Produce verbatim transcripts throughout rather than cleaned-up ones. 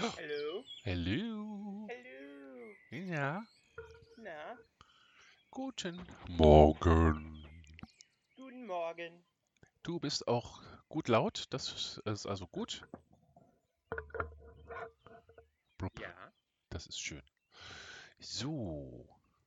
Hallo? Hallo. Hallo? Ja, Na, guten Morgen. guten Morgen. Du bist auch gut laut, das ist also gut. Blub, Ja, das ist schön. So,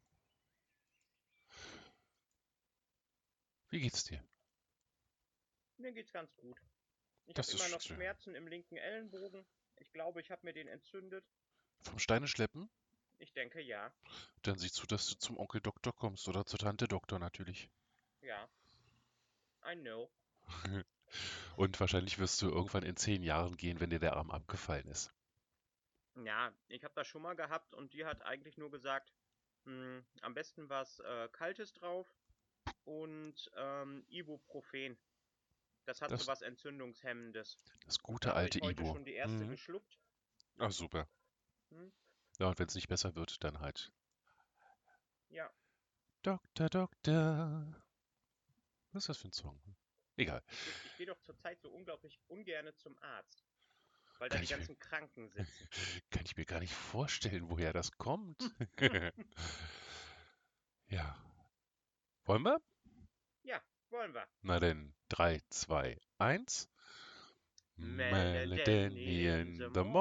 wie geht's dir? mir geht's ganz gut. Ich habe Das ist immer noch schön. Schmerzen im linken Ellenbogen. Ich glaube, ich habe mir den entzündet. Vom Steine schleppen? Ich denke ja. Dann sieh zu, dass du zum Onkel Doktor kommst oder zur Tante Doktor natürlich. Ja, I know. Und wahrscheinlich wirst du irgendwann in zehn Jahren gehen, wenn dir der Arm abgefallen ist. Ja, ich habe das schon mal gehabt und die hat eigentlich nur gesagt, hm, am besten was äh, Kaltes drauf und ähm, Ibuprofen. Das hat so Das, was Entzündungshemmendes. das Da gute habe alte ich heute Ibo. schon die erste Mhm. geschluckt. Ach, super. Hm, Ja, und wenn es nicht besser wird, dann halt. ja, Doktor, Doktor. Was ist das für ein Song? Egal. ich gehe ich geh doch zurzeit so unglaublich ungerne zum Arzt, weil da Kann die ich mir ganzen Kranken sitzen. Kann ich mir gar nicht vorstellen, woher das kommt. Ja. Wollen wir? Ja, wollen wir. Na denn, drei, zwei, eins. Melody Melody in the in the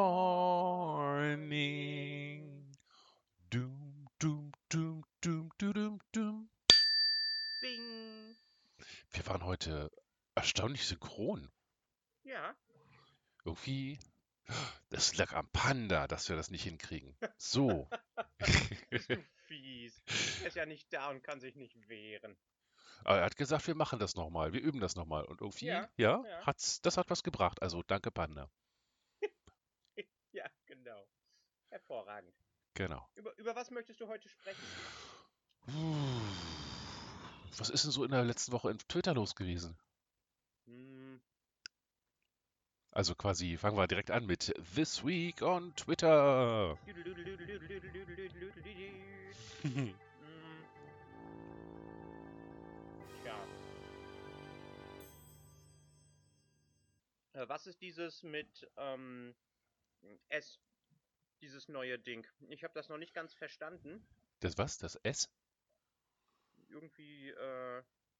morning. morning. Doom, doom, doom, doom, doom, doom. Bing. Wir waren heute erstaunlich synchron. Ja, Irgendwie, das lag am Panda, dass wir das nicht hinkriegen. So. bist du fies. Er ist ja nicht da und kann sich nicht wehren. Aber er hat gesagt, wir machen das nochmal, wir üben das nochmal. Und irgendwie, Ja, ja, ja, hat's, das hat was gebracht. Also danke, Panda. ja, genau. Hervorragend. Genau. Über, über was möchtest du heute sprechen? Was ist denn so in der letzten Woche in Twitter los gewesen? Hm, Also quasi, fangen wir direkt an mit This Week on Twitter. hm, tja, äh, was ist dieses mit ähm, S, dieses neue Ding? Ich habe das noch nicht ganz verstanden. Das was? Das S? Irgendwie, äh,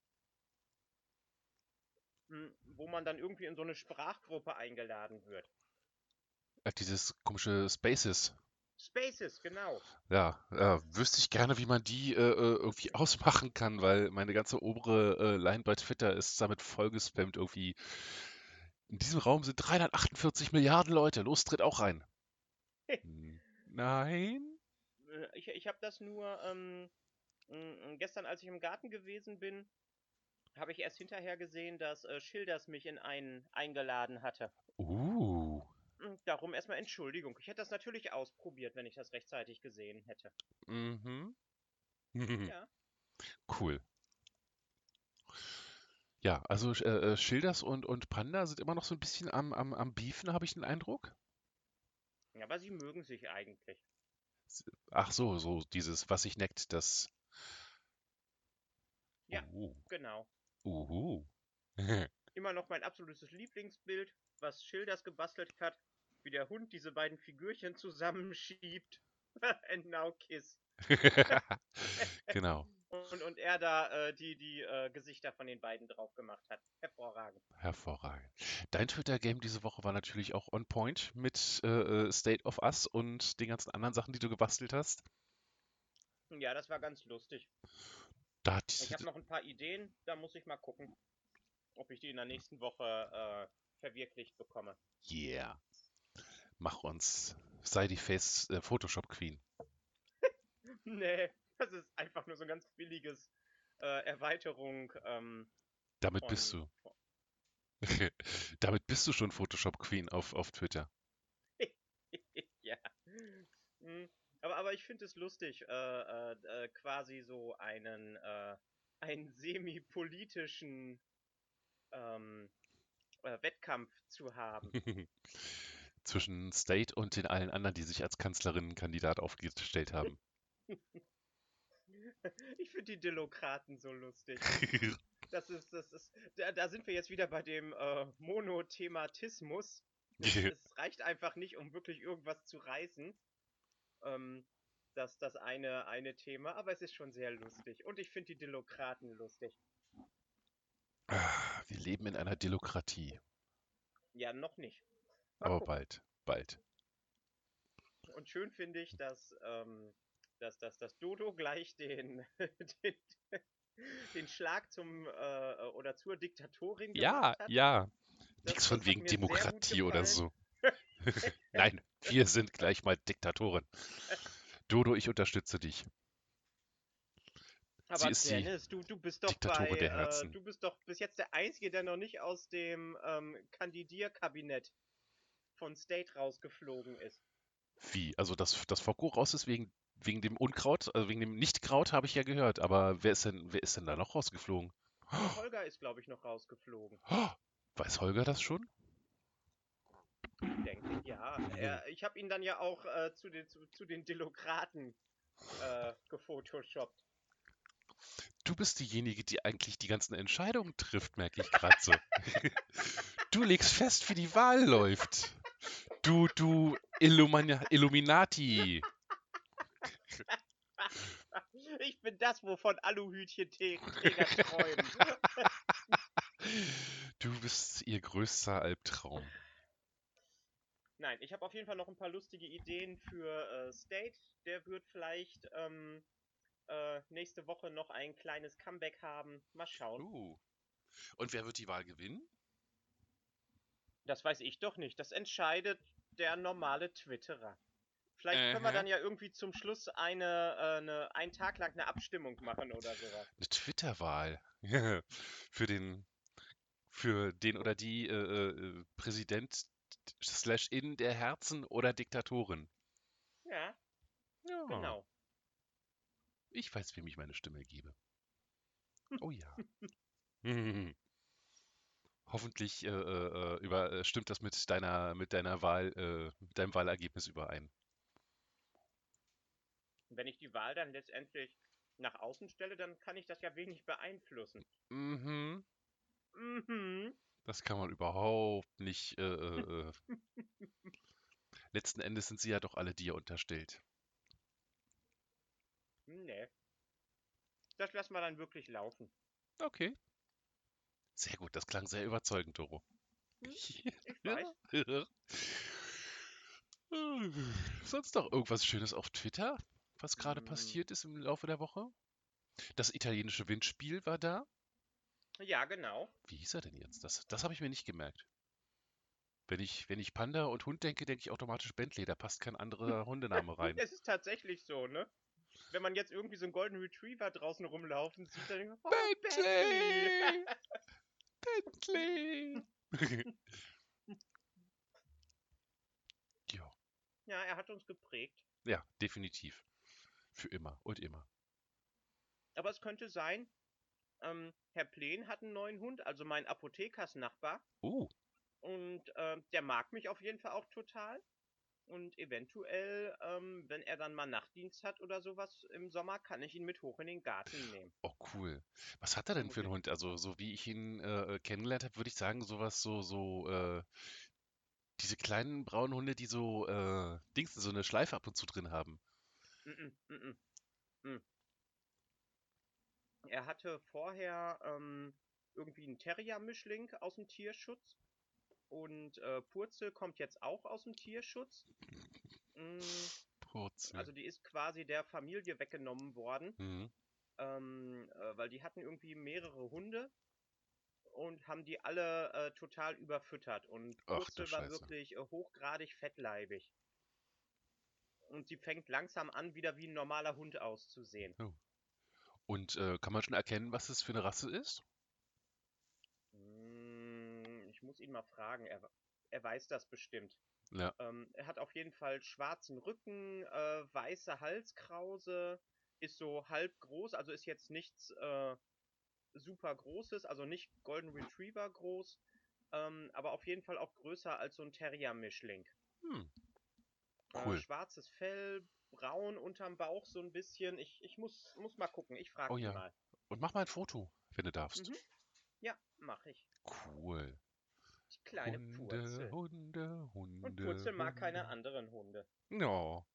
hm, wo man dann irgendwie in so eine Sprachgruppe eingeladen wird. Äh, dieses komische Spaces. Spaces, genau. Ja, äh, wüsste ich gerne, wie man die äh, äh, irgendwie ausmachen kann, weil meine ganze obere äh, Line bei Twitter ist damit vollgespammt irgendwie. In diesem Raum sind dreihundertachtundvierzig Milliarden Leute. Los, tritt auch rein. Hm, Nein? ich ich habe das nur ähm, m, gestern, als ich im Garten gewesen bin, habe ich erst hinterher gesehen, dass äh, Schilders mich in einen eingeladen hatte. Uh. Hm, Darum erstmal Entschuldigung. Ich hätte das natürlich ausprobiert, wenn ich das rechtzeitig gesehen hätte. Mhm. Ja, Cool. Ja, also äh, äh, Schilders und, und Panda sind immer noch so ein bisschen am, am, am Beefen, habe ich den Eindruck. aber sie mögen sich eigentlich. S- Ach so, so dieses, was sich neckt, das. Ja, Uh, genau. uhu. Immer noch mein absolutes Lieblingsbild, was Schilders gebastelt hat, wie der Hund diese beiden Figürchen zusammenschiebt. And now kiss. Genau, Und, und er da äh, die, die äh, Gesichter von den beiden drauf gemacht hat. Hervorragend. hervorragend. Dein Twitter-Game diese Woche war natürlich auch on point mit äh, äh, State of Us und den ganzen anderen Sachen, die du gebastelt hast. Ja, das war ganz lustig. Da Ich hat, habe noch ein paar Ideen, da muss ich mal gucken, ob ich die in der nächsten Woche äh, verwirklicht bekomme. yeah, mach uns, sei die Face äh, Photoshop Queen. Nee, das ist einfach nur so ein ganz billiges äh, Erweiterung ähm, Damit bist von, du. von Damit bist du schon Photoshop Queen auf, auf Twitter. ja. Hm, Aber, aber ich finde es lustig, äh, äh, äh, quasi so einen, äh, einen semi-politischen ähm, äh, Wettkampf zu haben. Zwischen State und den allen anderen, die sich als Kanzlerinnenkandidat aufgestellt haben. Ich finde die Demokraten so lustig. Das ist, das ist, da, da sind wir jetzt wieder bei dem äh, Monothematismus. Es, es reicht einfach nicht, um wirklich irgendwas zu reißen. Ähm, das das eine, eine Thema, aber es ist schon sehr lustig. Und ich finde die Delokraten lustig. Ah, wir leben in einer Delokratie, Ja, noch nicht. Mal aber gucken. bald, bald. Und schön finde ich, dass, ähm, dass, dass, dass Dodo gleich den, den, den Schlag zum äh, oder zur Diktatorin Ja, gemacht hat. ja. Das, Nichts von das hat wegen mir sehr gut Demokratie oder gefallen. so. Nein, wir sind gleich mal Diktatoren. Dodo, ich unterstütze dich. Sie Aber ist die Dennis, du, du bist doch Diktatorin bei, der äh, Herzen. du bist doch bis jetzt der Einzige, der noch nicht aus dem ähm, Kandidierkabinett von State rausgeflogen ist. Wie? Also, dass das Fokko raus ist wegen, wegen dem Unkraut, also wegen dem Nichtkraut, habe ich ja gehört. Aber wer ist denn, wer ist denn da noch rausgeflogen? Der Holger ist, glaube ich, noch rausgeflogen. Oh, weiß Holger das schon? Ich denke, ja. Er, ich habe ihn dann ja auch äh, zu, den, zu, zu den Delokraten äh, gefotoshoppt. Du bist diejenige, die eigentlich die ganzen Entscheidungen trifft, merke ich gerade so. Du legst fest, wie die Wahl läuft. Du, du Illumina Illuminati. Ich bin das, wovon Aluhütchenträger träumen. Du bist ihr größter Albtraum. Nein, ich habe auf jeden Fall noch ein paar lustige Ideen für äh, State. Der wird vielleicht ähm, äh, nächste Woche noch ein kleines Comeback haben. Mal schauen. Uh. Und wer wird die Wahl gewinnen? Das weiß ich doch nicht. Das entscheidet der normale Twitterer. Vielleicht können wir Aha. dann ja irgendwie zum Schluss eine, äh, eine einen Tag lang eine Abstimmung machen oder sowas. Eine Twitter-Wahl. Für den, für den oder die äh, äh, Präsident slash in der Herzen oder Diktatorin. Ja, Ja, genau. ich weiß, wem ich meine Stimme gebe. Oh ja. Hm. Hoffentlich äh, äh, über, äh, stimmt das mit deiner, mit deiner Wahl, äh, mit deinem Wahlergebnis überein. Wenn ich die Wahl dann letztendlich nach außen stelle, dann kann ich das ja wenig beeinflussen. Mhm. Mhm. Das kann man überhaupt nicht. Äh, äh, äh. Letzten Endes sind sie ja doch alle dir unterstellt. Nee, das lassen wir dann wirklich laufen. Okay. Sehr gut, das klang sehr überzeugend, Doro. Hm? Ich Ja. weiß. Sonst noch irgendwas Schönes auf Twitter, was gerade Hm. passiert ist im Laufe der Woche? Das italienische Windspiel war da. Ja, genau. Wie hieß er denn jetzt? Das, das habe ich mir nicht gemerkt. Wenn ich, wenn ich Panda und Hund denke, denke ich automatisch Bentley. Da passt kein anderer Hundename rein. Es ist tatsächlich so, ne? Wenn man jetzt irgendwie so einen Golden Retriever draußen rumlaufen sieht, dann denkt man, oh, Bentley! Bentley! Bentley! Ja, Ja, er hat uns geprägt. ja, definitiv. Für immer und immer. Aber es könnte sein, ähm, Herr Plen hat einen neuen Hund, also mein Apothekersnachbar. Oh, Und ähm, der mag mich auf jeden Fall auch total. Und eventuell, ähm, wenn er dann mal Nachtdienst hat oder sowas im Sommer, kann ich ihn mit hoch in den Garten nehmen. oh cool. Was hat er Da denn für muss einen ich. Hund? Also, so wie ich ihn äh, äh, kennengelernt habe, würde ich sagen, sowas so, so, äh, diese kleinen braunen Hunde, die so, äh, Dings, so eine Schleife ab und zu drin haben. Mm -mm, mm -mm, mm. Er hatte vorher ähm, irgendwie einen Terrier-Mischling aus dem Tierschutz. Und äh, Purzel kommt jetzt auch aus dem Tierschutz. Mm, Purzel. also die ist quasi der Familie weggenommen worden, Mhm. ähm, äh, weil die hatten irgendwie mehrere Hunde und haben die alle äh, total überfüttert. Und Ach du Purzel war Scheiße. wirklich äh, hochgradig fettleibig. Und sie fängt langsam an, wieder wie ein normaler Hund auszusehen. Oh. Und äh, kann man schon erkennen, was es für eine Rasse ist? Mm, ich muss ihn mal fragen, er, er weiß das bestimmt. Ja. Ähm, er hat auf jeden Fall schwarzen Rücken, äh, weiße Halskrause, ist so halb groß, also ist jetzt nichts äh, super Großes, also nicht Golden Retriever groß, ähm, aber auf jeden Fall auch größer als so ein Terrier-Mischling. Hm, Äh, cool. schwarzes Fell, braun unterm Bauch so ein bisschen. Ich, ich muss, muss mal gucken, ich Oh frag ihn ja. mal. Und mach mal ein Foto, wenn du darfst. Mhm, ja, mach ich. Cool. Die kleine Hunde, Purzel. Hunde, Purzel mag keine anderen Hunde. No.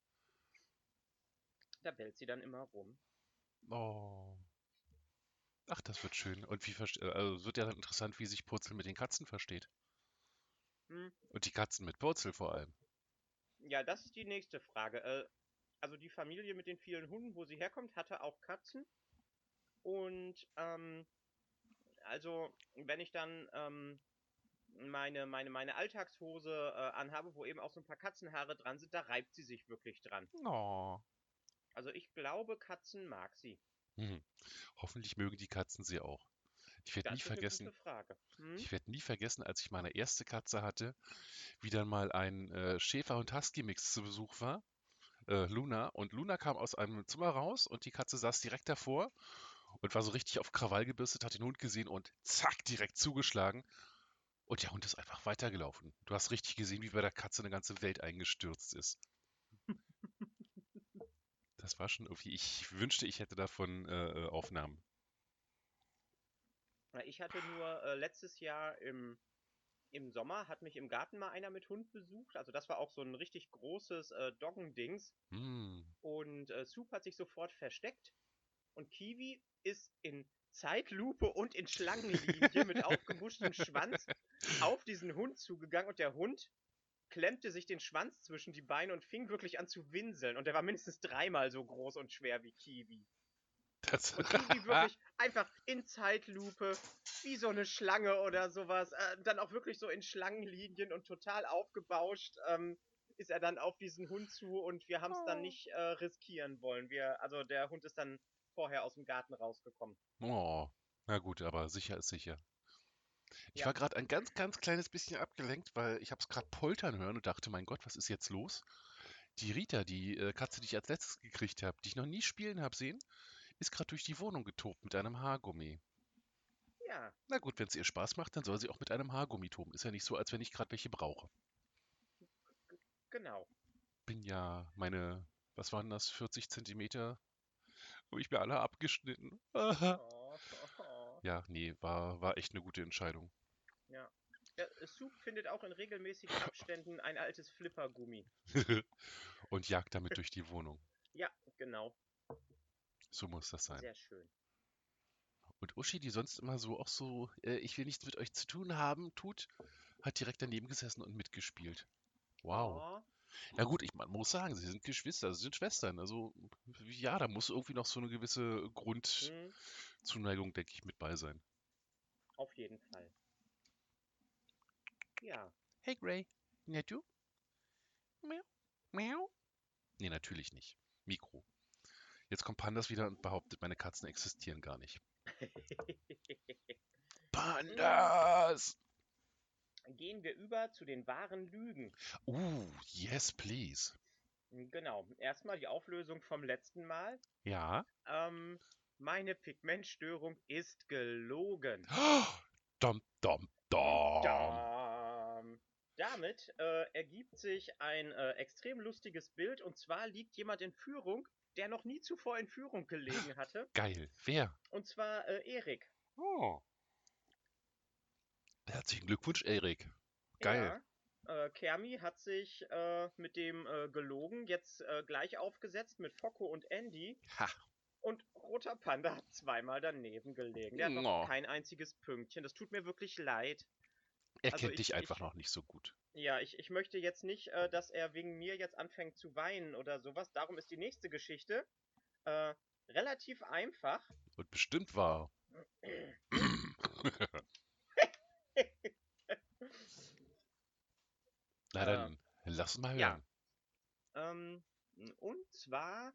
Da bellt sie dann immer rum. Oh. Ach, das wird schön. Und wie verste- äh, also es wird ja dann interessant, wie sich Purzel mit den Katzen versteht. Hm. Und die Katzen mit Purzel vor allem. Ja, das ist die nächste Frage. Äh, also die Familie mit den vielen Hunden, wo sie herkommt, hatte auch Katzen. Und ähm, also wenn ich dann ähm, meine, meine, meine Alltagshose äh, anhabe, wo eben auch so ein paar Katzenhaare dran sind, da reibt sie sich wirklich dran. Oh. Also ich glaube, Katzen mag sie. Hm. Hoffentlich mögen die Katzen sie auch. Ich werde nie Das ist eine vergessen, gute Frage. Hm? ich werde nie vergessen, als ich meine erste Katze hatte, wie dann mal ein äh, Schäfer- und Husky-Mix zu Besuch war. Äh, Luna. Und Luna kam aus einem Zimmer raus und die Katze saß direkt davor und war so richtig auf Krawall gebürstet, hat den Hund gesehen und zack, direkt zugeschlagen. Und der Hund ist einfach weitergelaufen. Du hast richtig gesehen, wie bei der Katze eine ganze Welt eingestürzt ist. Das war schon irgendwie, ich wünschte, ich hätte davon äh, äh, Aufnahmen. Na, ich hatte nur äh, letztes Jahr im, im Sommer, hat mich im Garten mal einer mit Hund besucht. Also das war auch so ein richtig großes äh, Doggendings. Hm. Und äh, Soup hat sich sofort versteckt. Und Kiwi ist in Zeitlupe und in Schlangenlinie mit aufgebuschtem Schwanz auf diesen Hund zugegangen. Und der Hund klemmte sich den Schwanz zwischen die Beine und fing wirklich an zu winseln. Und der war mindestens dreimal so groß und schwer wie Kiwi. Das, Und Kiwi wirklich einfach in Zeitlupe, wie so eine Schlange oder sowas. Äh, dann auch wirklich so in Schlangenlinien und total aufgebauscht ähm, ist er dann auf diesen Hund zu und wir haben es dann oh. nicht äh, riskieren wollen. Wir, also der Hund ist dann vorher aus dem Garten rausgekommen. Oh. Na gut, aber sicher ist sicher. Ich Ja, war gerade ein ganz, ganz kleines bisschen abgelenkt, weil ich habe es gerade poltern hören und dachte, mein Gott, was ist jetzt los? Die Rita, die äh, Katze, die ich als letztes gekriegt habe, die ich noch nie spielen habe sehen, ist gerade durch die Wohnung getobt mit einem Haargummi. ja, Na gut, wenn es ihr Spaß macht, dann soll sie auch mit einem Haargummi toben. Ist ja nicht so, als wenn ich gerade welche brauche. genau. Bin ja meine, was waren das, vierzig Zentimeter, habe ich mir alle abgeschnitten. Aha. Oh, oh, oh. Ja, nee, war, war echt eine gute Entscheidung. Ja. Ja, Soup findet auch in regelmäßigen Abständen ein altes Flippergummi. Und jagt damit durch die Wohnung. Ja, genau. So muss das sein. Sehr schön. Und Uschi, die sonst immer so auch so, äh, ich will nichts mit euch zu tun haben, tut, hat direkt daneben gesessen und mitgespielt. Wow. Oh, Ja gut, ich man muss sagen, sie sind Geschwister, sie sind Schwestern. Also ja, da muss irgendwie noch so eine gewisse hm, Grundzuneigung, denke ich, mit bei sein. auf jeden Fall. Ja. Hey Gray, na du? Miau. Miau. Nee, natürlich nicht. Mikro. Jetzt kommt Pandas wieder und behauptet, meine Katzen existieren gar nicht. Hm, Pandas! Gehen wir über zu den wahren Lügen. Uh, yes, please. Hm, Genau. Erstmal die Auflösung vom letzten Mal. Ja. Ähm, meine Pigmentstörung ist gelogen. Dom, dom, Hm, dom. Dam. Damit äh, ergibt sich ein äh, extrem lustiges Bild. Und zwar liegt jemand in Führung, der noch nie zuvor in Führung gelegen hatte. Geil. Wer? Und zwar äh, Erik. Oh. Herzlichen Glückwunsch, Erik. Geil. Ja, äh, Kermi hat sich äh, mit dem äh, gelogen jetzt äh, gleich aufgesetzt mit Focko und Andy. Ha. Und Roter Panda hat zweimal daneben gelegen. Der hat noch Oh. kein einziges Pünktchen. Das tut mir wirklich leid. Er Also kennt dich ich, einfach ich, noch nicht so gut. ja, ich, ich möchte jetzt nicht, äh, dass er wegen mir jetzt anfängt zu weinen oder sowas. Darum ist die nächste Geschichte äh, relativ einfach. Und bestimmt war. Na äh, dann, lass mal ja, hören. ähm, und zwar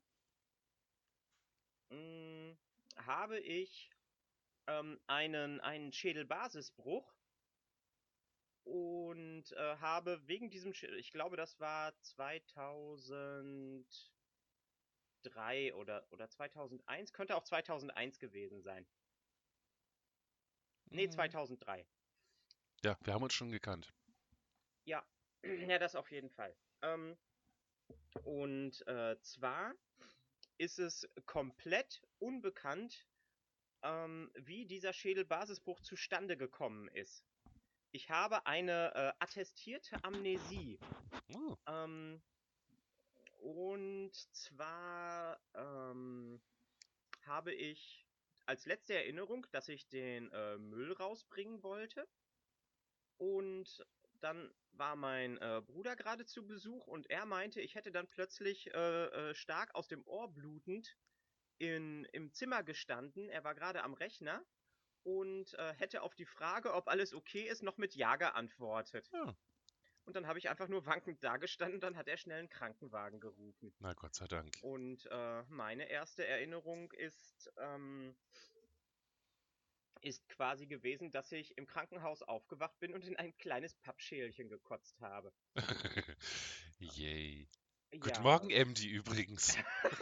mh, habe ich ähm, einen, einen Schädelbasisbruch und äh, habe wegen diesem, Schädel, ich glaube, das war zweitausenddrei oder, oder zweitausendeins, könnte auch zweitausendeins gewesen sein. Nee, Hm. zweitausenddrei. Ja, wir haben uns schon gekannt. Ja, ja, das auf jeden Fall. Ähm, und äh, zwar ist es komplett unbekannt, ähm, wie dieser Schädelbasisbruch zustande gekommen ist. Ich habe eine äh, attestierte Amnesie. Oh, Ähm, und zwar ähm, habe ich als letzte Erinnerung, dass ich den äh, Müll rausbringen wollte. Und dann war mein äh, Bruder gerade zu Besuch und er meinte, ich hätte dann plötzlich äh, äh, stark aus dem Ohr blutend in, im Zimmer gestanden. Er war gerade am Rechner und äh, hätte auf die Frage, ob alles okay ist, noch mit Ja geantwortet. ja. Und dann habe ich einfach nur wankend dagestanden, dann hat er schnell einen Krankenwagen gerufen. Na Gott sei Dank. Und äh, meine erste Erinnerung ist, ähm, ist quasi gewesen, dass ich im Krankenhaus aufgewacht bin und in ein kleines Pappschälchen gekotzt habe. Yay. Guten Ja. Morgen, M D übrigens.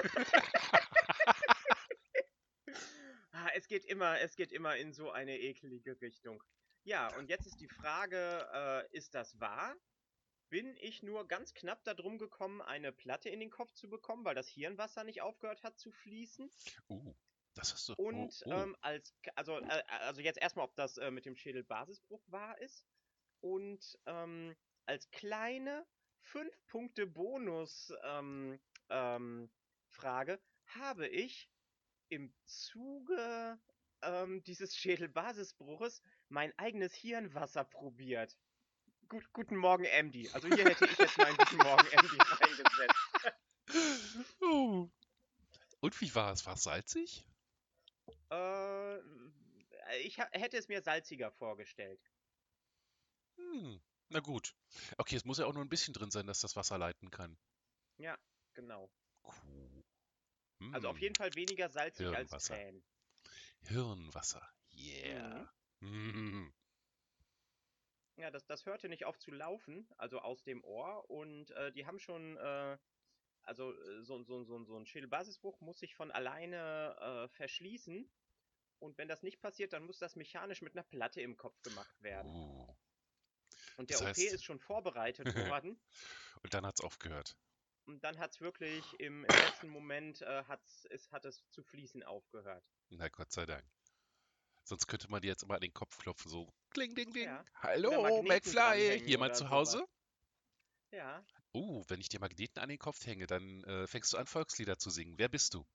Ah, es geht immer, es geht immer in so eine ekelige Richtung. Ja, und jetzt ist die Frage, äh, ist das wahr? Bin ich nur ganz knapp darum gekommen, eine Platte in den Kopf zu bekommen, weil das Hirnwasser nicht aufgehört hat zu fließen? Uh, das hast du. Oh, Und oh. ähm, als, also, äh, also jetzt erstmal, ob das äh, mit dem Schädelbasisbruch wahr ist. Und ähm, als kleine fünf Punkte Bonus ähm, ähm, Frage habe ich im Zuge ähm, dieses Schädelbasisbruches mein eigenes Hirnwasser probiert. Gut, guten Morgen, M D. Also hier hätte ich jetzt meinen Guten Morgen, M D reingesetzt. Oh. Und wie war es? War es salzig? Äh, ich ha- hätte es mir salziger vorgestellt. Hm, na gut. Okay, es muss ja auch nur ein bisschen drin sein, dass das Wasser leiten kann. Ja, genau. Cool. Also auf Hm, jeden Fall weniger salzig als Hirnwasser. Krähen. Hirnwasser. Mhm. Yeah. Hm. Ja, das, das hörte nicht auf zu laufen, also aus dem Ohr. Und äh, die haben schon, äh, also äh, so, so, so, so ein Schädelbasisbruch muss sich von alleine äh, verschließen. Und wenn das nicht passiert, dann muss das mechanisch mit einer Platte im Kopf gemacht werden. Uh. Und Das der O P heißt, ist schon vorbereitet worden. und dann hat's aufgehört. Und dann hat es wirklich im, im letzten Moment äh, hat's, es, hat es zu fließen aufgehört. Na Gott sei Dank. Sonst könnte man dir jetzt immer an den Kopf klopfen, so kling, ding, ding. Ja. Oder Hallo, Magneten McFly, dranhängen jemand oder zu Hause? sowas. Ja. Oh, wenn ich dir Magneten an den Kopf hänge, dann äh, fängst du an, Volkslieder zu singen. Wer bist du?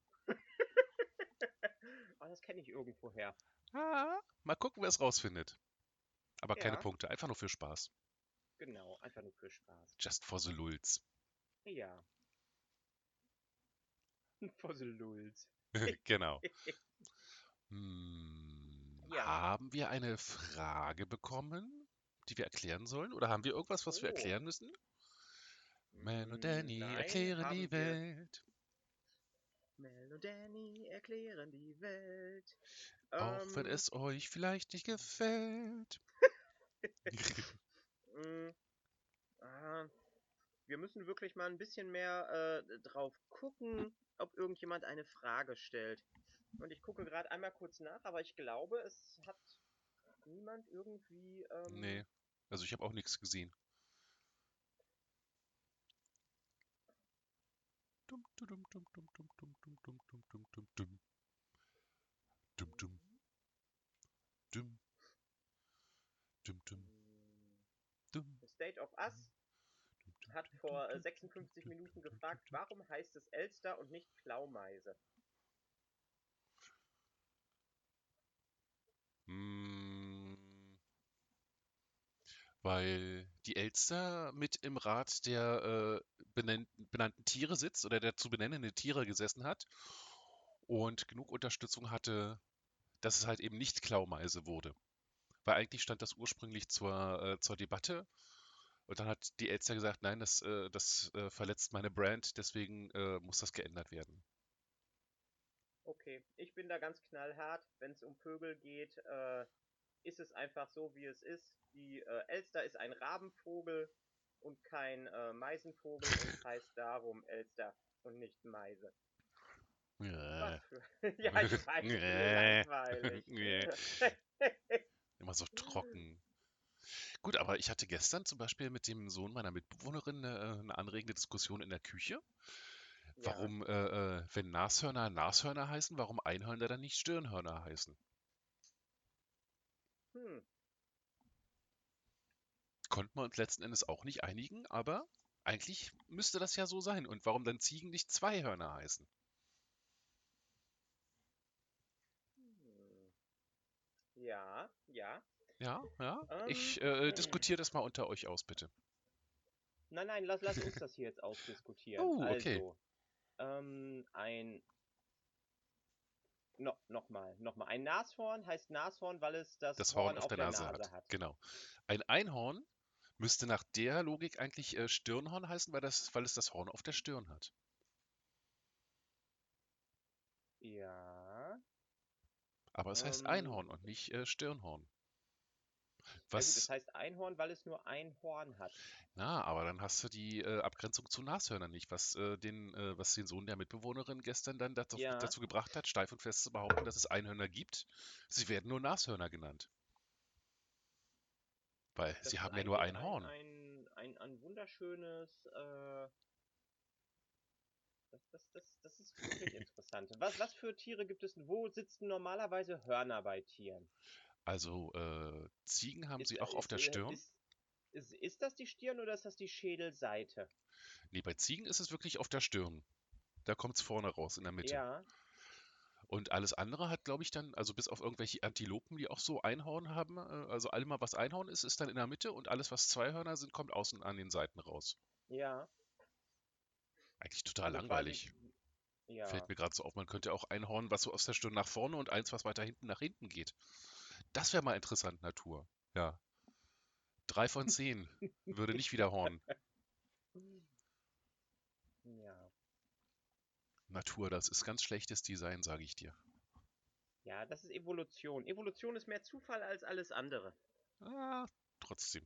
Oh, das kenne ich irgendwoher. Ah, mal gucken, wer es rausfindet. Aber keine Ja, Punkte, einfach nur für Spaß. genau. Einfach nur für Spaß. Just for the lulz. Ja. Fossilulz. Genau. Hm, Ja. haben wir eine Frage bekommen, die wir erklären sollen? Oder haben wir irgendwas, was wir Oh. erklären müssen? Man und Mm, Danny nein, erklären die haben wir. Welt. Mel und Danny erklären die Welt. Auch wenn Ähm, es euch vielleicht nicht gefällt. mm, ah, wir müssen wirklich mal ein bisschen mehr äh, drauf gucken, ob irgendjemand eine Frage stellt. Und ich gucke gerade einmal kurz nach, aber ich glaube, es hat niemand irgendwie. Nee, Ähm, also ich habe auch nichts gesehen. Dum, dum, dum, dum, dum, dum, dum, dum, dum, dum, dum, dum, dum. Dum, dum, dum, dum, dum, dum, The State of Us dum, dum, hat dum, vor äh, dum, dum, dum, sechsundfünfzig dum, Minuten dum, dum, gefragt, dum. warum heißt es Elster und nicht Klaumeise? Mm, weil die Elster mit im Rat der äh, benennt, benannten Tiere sitzt oder der zu benennenden Tiere gesessen hat und genug Unterstützung hatte, dass es halt eben nicht Klaumeise wurde. Weil eigentlich stand das ursprünglich zur, äh, zur Debatte und dann hat die Elster gesagt, nein, das, äh, das äh, verletzt meine Brand, deswegen äh, muss das geändert werden. Okay, ich bin da ganz knallhart. Wenn es um Vögel geht, äh, ist es einfach so, wie es ist. Die äh, Elster ist ein Rabenvogel und kein äh, Meisenvogel und heißt darum Elster und nicht Meise. Äh. Was für. Ja, ich weiß, wie Äh. langweilig. Äh. Immer so trocken. Gut, aber ich hatte gestern zum Beispiel mit dem Sohn meiner Mitbewohnerin eine, eine anregende Diskussion in der Küche. Ja. Warum, äh, äh, wenn Nashörner Nashörner heißen, warum Einhörner dann nicht Stirnhörner heißen? Hm. Konnten wir uns letzten Endes auch nicht einigen, aber eigentlich müsste das ja so sein. Und warum dann Ziegen nicht Zweihörner heißen? Hm. Ja, ja. Ja, ja. Ähm, Ich äh, diskutiere das mal unter euch aus, bitte. nein, nein, lass, lass uns das hier jetzt ausdiskutieren. Oh, okay. Also, ähm, ein, no, nochmal, nochmal. Ein Nashorn heißt Nashorn, weil es das Das Horn Horn auf auf der der Nase Nase hat. hat. Genau. Ein Einhorn müsste nach der Logik eigentlich äh, Stirnhorn heißen, weil, das, weil es das Horn auf der Stirn hat. Ja. Aber es heißt Ähm, Einhorn und nicht äh, Stirnhorn. ja gut, es Was? heißt Einhorn, weil es nur ein Horn hat. Na, aber dann hast du die äh, Abgrenzung zu Nashörnern nicht, was, äh, den, äh, was den Sohn der Mitbewohnerin gestern dann dazu, Ja, dazu gebracht hat, steif und fest zu behaupten, dass es Einhörner gibt. Sie werden nur Nashörner genannt, weil das sie ist haben ja nur eigentlich ein ein, Horn. ein, ein, ein wunderschönes, äh, das, das, das, das ist wirklich interessant. Was, was für Tiere gibt es denn? Wo sitzen normalerweise Hörner bei Tieren? Also äh, Ziegen haben Ist, sie äh, auch auf ist, der äh, Stirn. ist, ist, ist das die Stirn oder ist das die Schädelseite? Nee, bei Ziegen ist es wirklich auf der Stirn. Da kommt es vorne raus in der Mitte. Ja, Und alles andere hat, glaube ich, dann, also bis auf irgendwelche Antilopen, die auch so Einhorn haben, äh, also allem was Einhorn ist, ist dann in der Mitte und alles, was Zweihörner sind, kommt außen an den Seiten raus. ja. Eigentlich total Also quasi, langweilig. Fällt ja. mir gerade so auf, man könnte auch Einhorn, was so aus der Stirn nach vorne und eins, was weiter hinten nach hinten geht. Das wäre mal interessant, Natur. Ja. Drei von zehn. Würde nicht wieder Horn. Ja. Natur, das ist ganz schlechtes Design, sage ich dir. Ja, das ist Evolution. Evolution ist mehr Zufall als alles andere. Ah, trotzdem.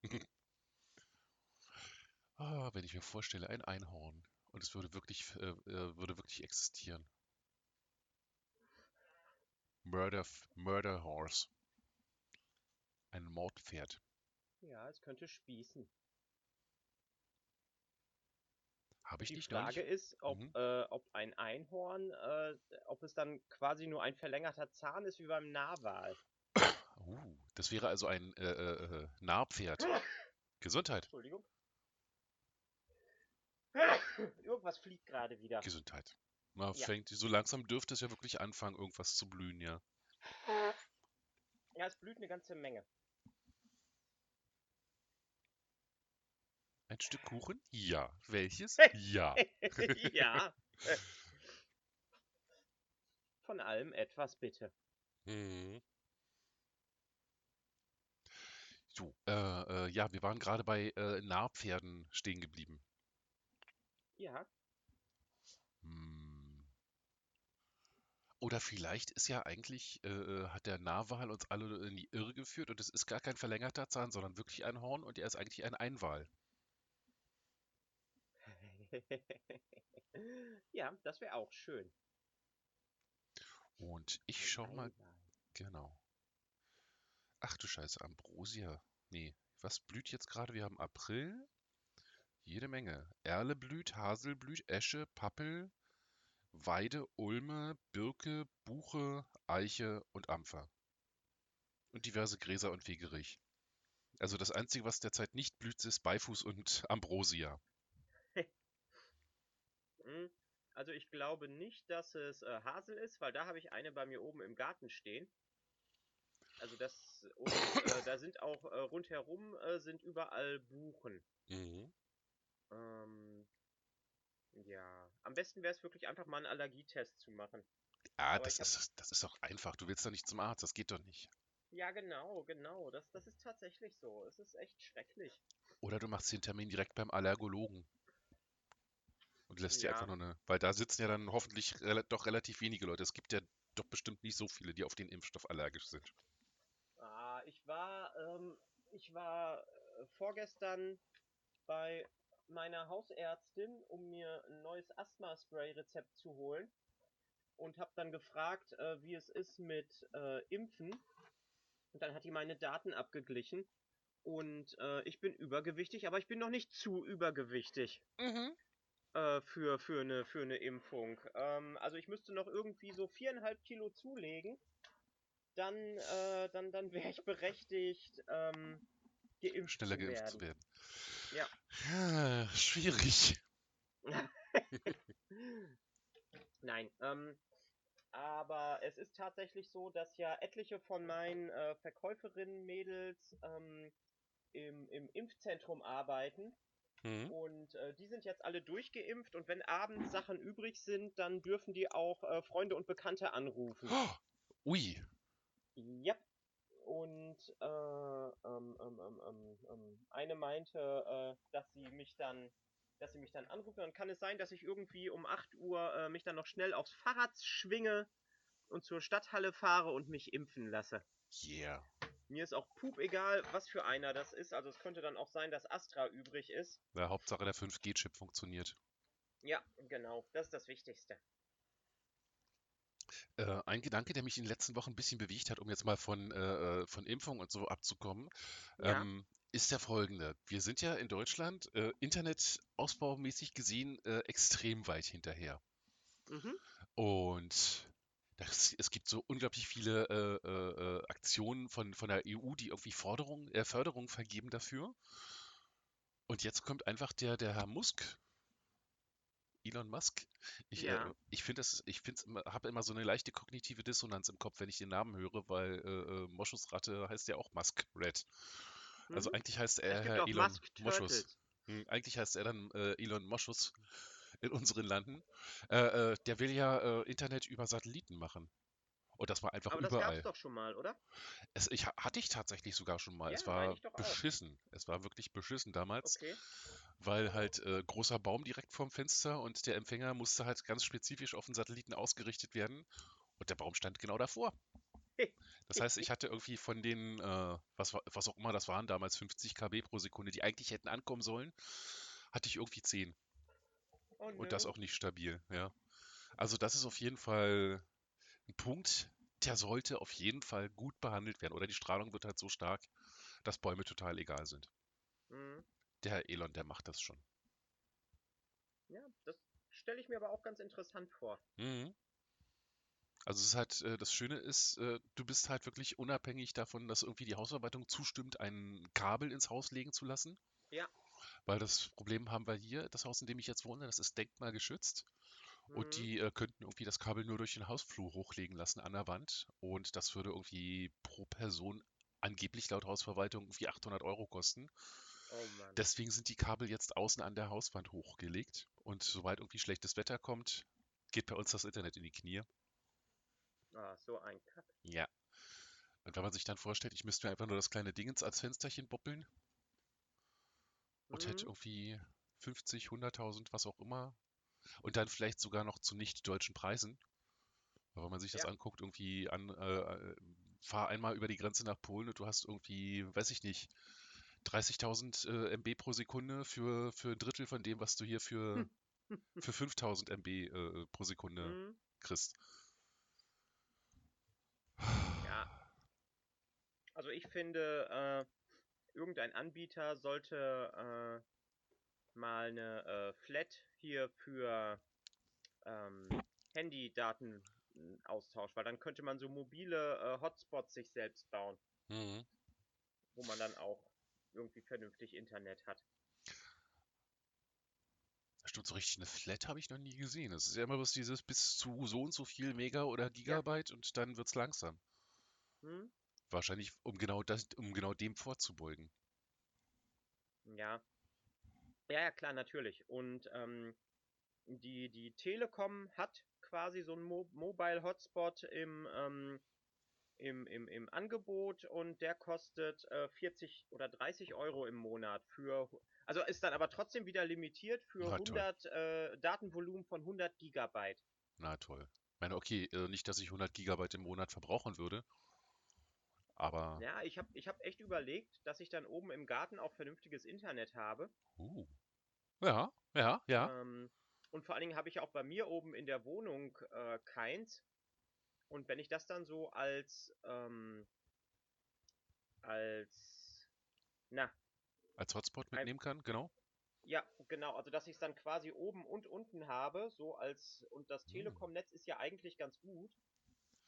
Ah, wenn ich mir vorstelle, ein Einhorn und es würde wirklich, äh, äh, würde wirklich existieren. Murder, Murder Horse. Ein Mordpferd. Ja, es könnte spießen. Habe Und ich die nicht Frage neulich? ist, ob, Mhm. äh, ob ein Einhorn, äh, ob es dann quasi nur ein verlängerter Zahn ist wie beim Narwal. Uh, das wäre also ein äh, äh, äh, Nahpferd. Gesundheit. Entschuldigung. Irgendwas fliegt gerade wieder. Gesundheit. Na, Ja. fängt, so langsam dürfte es ja wirklich anfangen, irgendwas zu blühen, ja. Ja, es blüht eine ganze Menge. Ein Stück Kuchen? Ja. Welches? Ja. Ja. Von allem etwas, bitte. Mhm. So, äh, äh, ja, wir waren gerade bei äh, Nahpferden stehen geblieben. Ja. Hm. Oder vielleicht ist ja eigentlich, äh, äh, hat der Narwal uns alle in die Irre geführt und es ist gar kein verlängerter Zahn, sondern wirklich ein Horn und er ist eigentlich ein Einwal. Ja, das wäre auch schön. Und ich Ein schau mal, Einwal. genau. Ach du Scheiße, Ambrosia. Nee, was blüht jetzt gerade? Wir haben April. Jede Menge. Erle blüht, Hasel blüht, Esche, Pappel, Weide, Ulme, Birke, Buche, Eiche und Ampfer. Und diverse Gräser und Wegerich. Also das Einzige, was derzeit nicht blüht, ist Beifuß und Ambrosia. Hm, Also ich glaube nicht, dass es äh, Hasel ist, weil da habe ich eine bei mir oben im Garten stehen. Also das und äh, da sind auch äh, rundherum äh, sind überall Buchen. Mhm. Ähm, ja, am besten wäre es wirklich einfach mal einen Allergietest zu machen. Ah, Aber das ich habe, ist, das ist doch einfach. Du willst doch nicht zum Arzt, das geht doch nicht. ja genau, genau, das, das ist tatsächlich so. Es ist echt schrecklich. Oder du machst den Termin direkt beim Allergologen und lässt dir einfach Ja, nur eine, weil da sitzen ja dann hoffentlich rela doch relativ wenige Leute. Es gibt ja doch bestimmt nicht so viele, die auf den Impfstoff allergisch sind. ah, ich war, ähm, ich war äh, vorgestern bei meiner Hausärztin, um mir ein neues Asthma-Spray-Rezept zu holen und habe dann gefragt, äh, wie es ist mit äh, Impfen. Und dann hat die meine Daten abgeglichen und äh, ich bin übergewichtig, aber ich bin noch nicht zu übergewichtig Mhm. äh, für, für, eine, für eine Impfung. Ähm, also ich müsste noch irgendwie so viereinhalb Kilo zulegen, dann, äh, dann, dann wäre ich berechtigt, ähm, geimpft schneller zu geimpft zu werden. werden. Ja. Ja, schwierig. Nein, ähm, aber es ist tatsächlich so, dass ja etliche von meinen äh, Verkäuferinnen, Mädels ähm, im, im Impfzentrum arbeiten. Mhm. Und äh, die sind jetzt alle durchgeimpft und wenn abends Sachen übrig sind, dann dürfen die auch äh, Freunde und Bekannte anrufen. Oh, ui. Ja. Und äh, ähm, ähm, ähm, ähm, ähm, eine meinte, äh, dass sie mich dann, dass sie mich dann anruft. Dann kann es sein, dass ich irgendwie um acht Uhr äh, mich dann noch schnell aufs Fahrrad schwinge und zur Stadthalle fahre und mich impfen lasse. Yeah. Mir ist auch pup egal, was für einer das ist. Also es könnte dann auch sein, dass Astra übrig ist. Ja, Hauptsache der fünf G-Chip funktioniert. Ja, genau, das ist das Wichtigste. Äh, ein Gedanke, der mich in den letzten Wochen ein bisschen bewegt hat, um jetzt mal von, äh, äh, von Impfung und so abzukommen, Ja, ähm, ist der folgende. Wir sind ja in Deutschland äh, internetausbaumäßig gesehen äh, extrem weit hinterher. mhm, Und das, es gibt so unglaublich viele äh, äh, äh, Aktionen von, von der E U, die irgendwie Forderung, äh, Förderung vergeben dafür. Und jetzt kommt einfach der, der Herr Musk, Elon Musk. Ich, äh, ja, ich finde das, ich finde immer, habe immer so eine leichte kognitive Dissonanz im Kopf, wenn ich den Namen höre, weil äh, äh, Moschusratte heißt ja auch Musk Red. Also mhm. eigentlich heißt Es er gibt Herr auch Elon Musk Moschus. Turtles. Hm, eigentlich heißt er dann äh, Elon Moschus in unseren Landen. Äh, äh, der will ja äh, Internet über Satelliten machen. Und das war einfach Aber das gab's überall. doch schon mal, oder? Es, ich, ha- hatte ich tatsächlich sogar schon mal. Es Ja, meine war ich doch auch. beschissen. Es war wirklich beschissen damals, Okay. weil halt äh, großer Baum direkt vorm Fenster und der Empfänger musste halt ganz spezifisch auf den Satelliten ausgerichtet werden und der Baum stand genau davor. Das heißt, ich hatte irgendwie von den, äh, was, wa- was auch immer das waren, damals fünfzig Kilobyte pro Sekunde, die eigentlich hätten ankommen sollen, hatte ich irgendwie zehn. Oh Und das no. auch nicht stabil, ja. Also das ist auf jeden Fall ein Punkt, der sollte auf jeden Fall gut behandelt werden. Oder die Strahlung wird halt so stark, dass Bäume total egal sind. Mhm. Der Herr Elon, der macht das schon. Ja, das stelle ich mir aber auch ganz interessant vor. Mhm. Also es ist halt, äh, das Schöne ist, äh, du bist halt wirklich unabhängig davon, dass irgendwie die Hausverwaltung zustimmt, ein Kabel ins Haus legen zu lassen. Ja. Weil das Problem haben wir hier, das Haus, in dem ich jetzt wohne, das ist denkmalgeschützt. Und Mhm. die äh, könnten irgendwie das Kabel nur durch den Hausflur hochlegen lassen an der Wand. Und das würde irgendwie pro Person angeblich laut Hausverwaltung irgendwie achthundert Euro kosten. Oh Mann. Deswegen sind die Kabel jetzt außen an der Hauswand hochgelegt. Und sobald irgendwie schlechtes Wetter kommt, geht bei uns das Internet in die Knie. Ah, so ein Kack. Ja. Und wenn man sich dann vorstellt, ich müsste mir einfach nur das kleine Dingens als Fensterchen boppeln und hätte Mhm. irgendwie fünfzig, hunderttausend, was auch immer. Und dann vielleicht sogar noch zu nicht deutschen Preisen. Aber wenn man sich das Ja. anguckt, irgendwie an, äh, äh, fahr einmal über die Grenze nach Polen und du hast irgendwie, weiß ich nicht, dreißigtausend äh, M B pro Sekunde für, für ein Drittel von dem, was du hier für, für fünftausend M B äh, pro Sekunde Mhm. kriegst. Ja, also ich finde, äh, irgendein Anbieter sollte äh, mal eine äh, Flat hier für ähm, Handydatenaustausch, weil dann könnte man so mobile äh, Hotspots sich selbst bauen, Mhm. wo man dann auch irgendwie vernünftig Internet hat. Stimmt, so richtig eine Flat habe ich noch nie gesehen. Es ist ja immer bloß dieses bis zu so und so viel Mega oder Ja, Gigabyte und dann wird's langsam. hm? Wahrscheinlich, um genau das, um genau dem vorzubeugen. Ja, ja, ja, klar, natürlich. Und ähm, die, die Telekom hat quasi so einen Mo Mobile Hotspot im, ähm, im, im, im Angebot und der kostet äh, vierzig oder dreißig Euro im Monat für, also ist dann aber trotzdem wieder limitiert für Na toll, hundert äh, Datenvolumen von hundert Gigabyte. na toll. Ich meine, okay, äh, nicht, dass ich hundert Gigabyte im Monat verbrauchen würde, aber, Ja, ich habe ich hab echt überlegt, dass ich dann oben im Garten auch vernünftiges Internet habe. uh, ja, ja, ja. Ähm, und vor allen Dingen habe ich auch bei mir oben in der Wohnung äh, keins. Und wenn ich das dann so als, ähm, als, na, Als Hotspot ein, mitnehmen kann, genau. ja, genau, also dass ich es dann quasi oben und unten habe, so als, und das Hm. Telekom-Netz ist ja eigentlich ganz gut.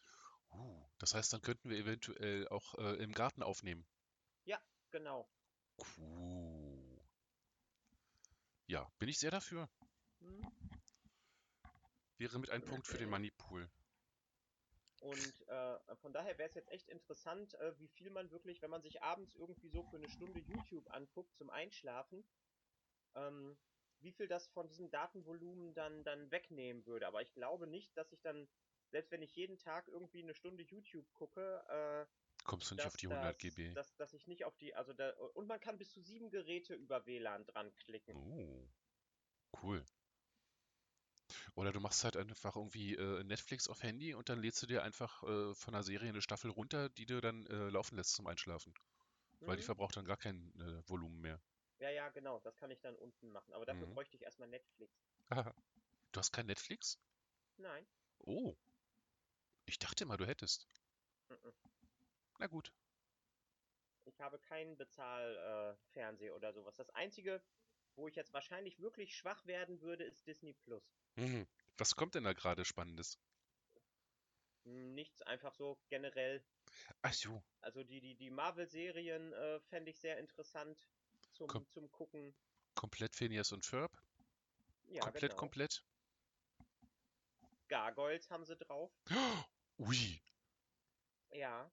Uh, das heißt, dann könnten wir eventuell auch äh, im Garten aufnehmen. Ja, genau. Cool. Ja, bin ich sehr dafür. Hm? Wäre mit ein Punkt für den Moneypool. Und äh, von daher wäre es jetzt echt interessant, äh, wie viel man wirklich, wenn man sich abends irgendwie so für eine Stunde YouTube anguckt zum Einschlafen, ähm, wie viel das von diesem Datenvolumen dann, dann wegnehmen würde. Aber ich glaube nicht, dass ich dann, selbst wenn ich jeden Tag irgendwie eine Stunde YouTube gucke, äh, Kommst du nicht auf dass die hundert das, Gigabyte? dass, dass ich nicht auf die, also da, und man kann bis zu sieben Geräte über W L A N dran klicken. Oh, cool. Oder du machst halt einfach irgendwie äh, Netflix auf Handy und dann lädst du dir einfach äh, von einer Serie eine Staffel runter, die du dann äh, laufen lässt zum Einschlafen. Weil die Hm? verbraucht dann gar kein äh, Volumen mehr. Ja, ja, genau, das kann ich dann unten machen. Aber dafür Mhm. bräuchte ich erstmal Netflix. Du hast kein Netflix? Nein. Oh, ich dachte mal, du hättest. Mhm. Na gut. Ich habe keinen Bezahl-Fernseher oder sowas. Das Einzige, wo ich jetzt wahrscheinlich wirklich schwach werden würde, ist Disney Plus. Mhm. Was kommt denn da gerade Spannendes? Hm, Nichts, einfach so generell. Ach so, Also die, die, die Marvel-Serien äh, fände ich sehr interessant kom zum, zum Gucken. komplett Phineas und Ferb? Ja, Komplett, genau. komplett? Gargoyles haben sie drauf. Ui, Ja.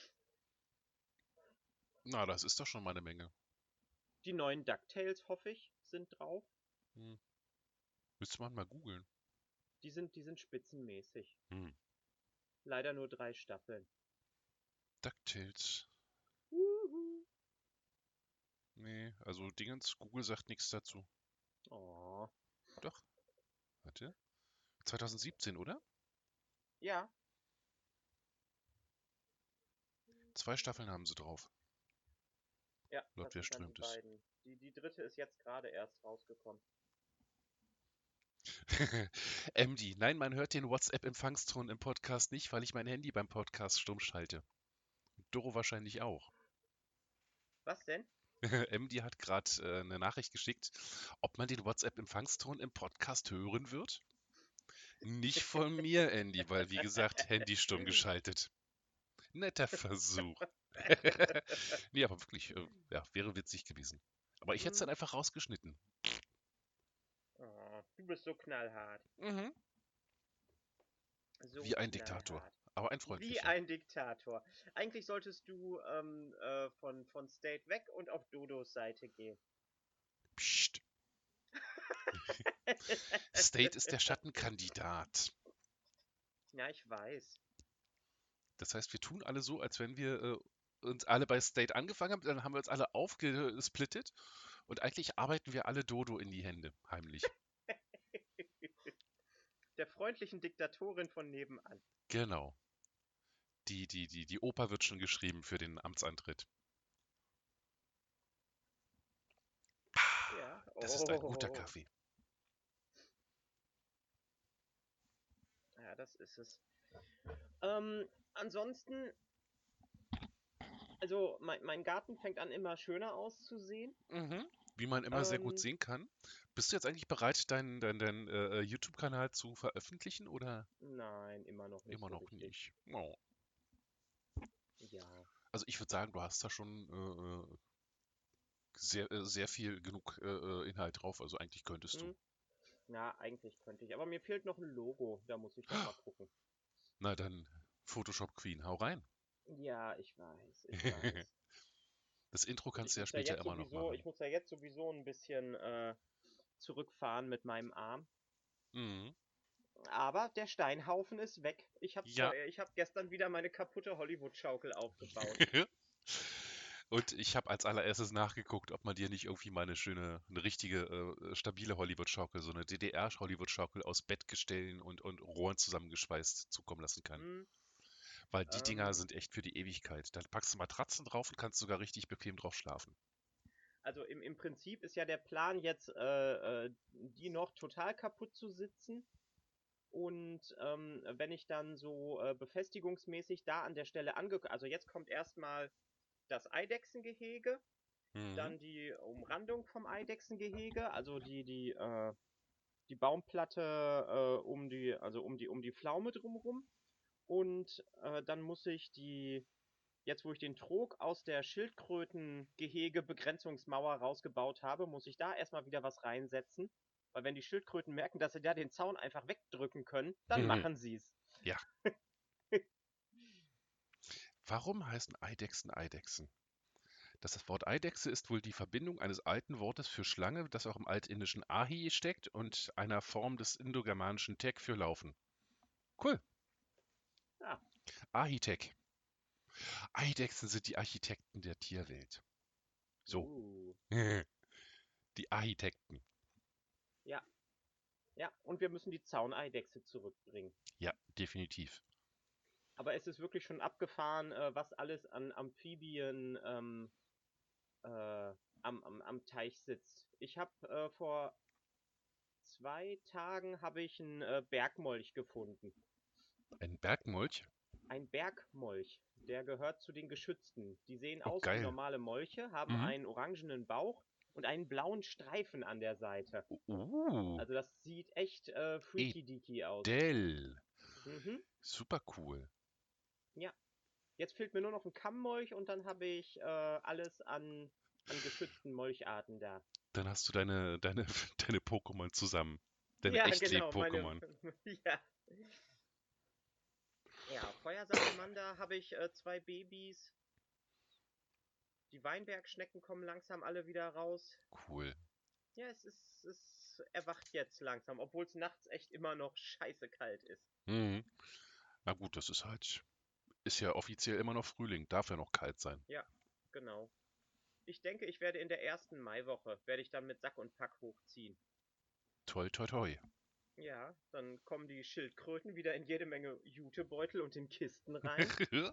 na, das ist doch schon mal eine Menge. Die neuen DuckTales, hoffe ich, sind drauf. Hm. Müsste man mal googeln. Die sind, die sind spitzenmäßig. Hm. Leider nur drei Staffeln. DuckTales. Wuhu. Nee, also Dingens, Google sagt nichts dazu. Oh. Doch, warte. zwanzig siebzehn, oder? Ja, Zwei Staffeln haben sie drauf. ja, Laut das wer sind dann die strömt es? beiden. Die, die dritte ist jetzt gerade erst rausgekommen. M D, nein, man hört den WhatsApp-Empfangston im Podcast nicht, weil ich mein Handy beim Podcast stumm schalte. Doro wahrscheinlich auch. Was denn? M D hat gerade äh, eine Nachricht geschickt, ob man den WhatsApp-Empfangston im Podcast hören wird. Nicht von mir, Andy, weil wie gesagt, Handy stumm geschaltet. Netter Versuch. Nee, aber wirklich, äh, ja, wäre witzig gewesen. Aber ich hätte es Hm? dann einfach rausgeschnitten. Oh, du bist so knallhart. Mhm. So Wie ein Diktator. knallhart. Aber ein Wie freundlicher. ein Diktator. Eigentlich solltest du ähm, äh, von, von State weg und auf Dodos Seite gehen. Psst. State ist der Schattenkandidat. Ja, ich weiß. Das heißt, wir tun alle so, als wenn wir äh, uns alle bei State angefangen haben, dann haben wir uns alle aufgesplittet und eigentlich arbeiten wir alle Dodo in die Hände, heimlich. Der freundlichen Diktatorin von nebenan. Genau. Die, die, die, die Oper wird schon geschrieben für den Amtsantritt. Ja. Das ist ein guter Oh. Kaffee. Ja, das ist es. Ähm, ansonsten, also mein, mein Garten fängt an immer schöner auszusehen. Mhm. Wie man immer sehr gut Ähm, sehen kann. Bist du jetzt eigentlich bereit, deinen dein, dein, äh, YouTube-Kanal zu veröffentlichen oder nein, immer noch nicht immer so noch richtig. nicht? Oh. Ja. Also ich würde sagen, du hast da schon äh, äh, sehr, äh, sehr viel genug äh, äh, Inhalt drauf. Also eigentlich könntest du. Hm? Na, eigentlich könnte ich. Aber mir fehlt noch ein Logo. Da muss ich noch mal gucken. Na dann, Photoshop Queen, hau rein. Ja, ich weiß, ich weiß. Das Intro Und ich kannst du ja muss ja später jetzt immer noch sowieso, machen. ich muss ja jetzt sowieso ein bisschen äh, zurückfahren mit meinem Arm. Mhm. Aber der Steinhaufen ist weg. Ich habe Ja. ich hab gestern wieder meine kaputte Hollywood-Schaukel aufgebaut. Und ich habe als allererstes nachgeguckt, ob man dir nicht irgendwie mal eine schöne, eine richtige, äh, stabile Hollywood-Schaukel, so eine D D R-Hollywood-Schaukel aus Bettgestellen und, und Rohren zusammengeschweißt zukommen lassen kann. Hm, Weil die Dinger ähm, sind echt für die Ewigkeit. Da packst du Matratzen drauf und kannst sogar richtig bequem drauf schlafen. also im, im Prinzip ist ja der Plan jetzt, äh, äh, die noch total kaputt zu sitzen. Und ähm, wenn ich dann so äh, befestigungsmäßig da an der Stelle angekommen, also jetzt kommt erstmal das Eidechsengehege, Mhm. dann die Umrandung vom Eidechsengehege, also die, die, äh, die Baumplatte äh, um die, also um die, um die Pflaume drumherum. Und äh, dann muss ich die Jetzt, wo ich den Trog aus der Schildkrötengehege-Begrenzungsmauer rausgebaut habe, muss ich da erstmal wieder was reinsetzen. Weil wenn die Schildkröten merken, dass sie da den Zaun einfach wegdrücken können, dann machen sie es. Ja. Warum heißen Eidechsen Eidechsen? Das Wort Eidechse ist wohl die Verbindung eines alten Wortes für Schlange, das auch im altindischen Ahi steckt, und einer Form des indogermanischen Tek für Laufen. Cool. Ja. Ahitek. Eidechsen sind die Architekten der Tierwelt. So. Uh. Die Architekten. Ja. Ja, und wir müssen die Zauneidechse zurückbringen. Ja, definitiv. Aber es ist wirklich schon abgefahren, äh, was alles an Amphibien ähm, äh, am, am, am Teich sitzt. Ich habe äh, vor zwei Tagen habe ich einen äh, Bergmolch gefunden. Ein Bergmolch? Ein Bergmolch, der gehört zu den Geschützten. Die sehen Oh, aus wie geil. normale Molche, haben Mhm. einen orangenen Bauch und einen blauen Streifen an der Seite. Uh, Also das sieht echt äh, freaky-deaky aus. Edel. Mhm. Super cool. Ja. Jetzt fehlt mir nur noch ein Kammmolch und dann habe ich äh, alles an, an geschützten Molcharten da. Dann hast du deine, deine, deine Pokémon zusammen. Deine Ja, genau, meine. Echtleb-Pokémon. Ja. Ja, Feuersalamander habe ich äh, zwei Babys. Die Weinbergschnecken kommen langsam alle wieder raus. Cool. Ja, es ist, es erwacht jetzt langsam, obwohl es nachts echt immer noch scheiße kalt ist. Mhm. Na gut, das ist halt, ist ja offiziell immer noch Frühling, darf ja noch kalt sein. Ja, genau. Ich denke, ich werde in der ersten Maiwoche, werde ich dann mit Sack und Pack hochziehen. Toi, toi, toi. Ja, dann kommen die Schildkröten wieder in jede Menge Jutebeutel und in Kisten rein.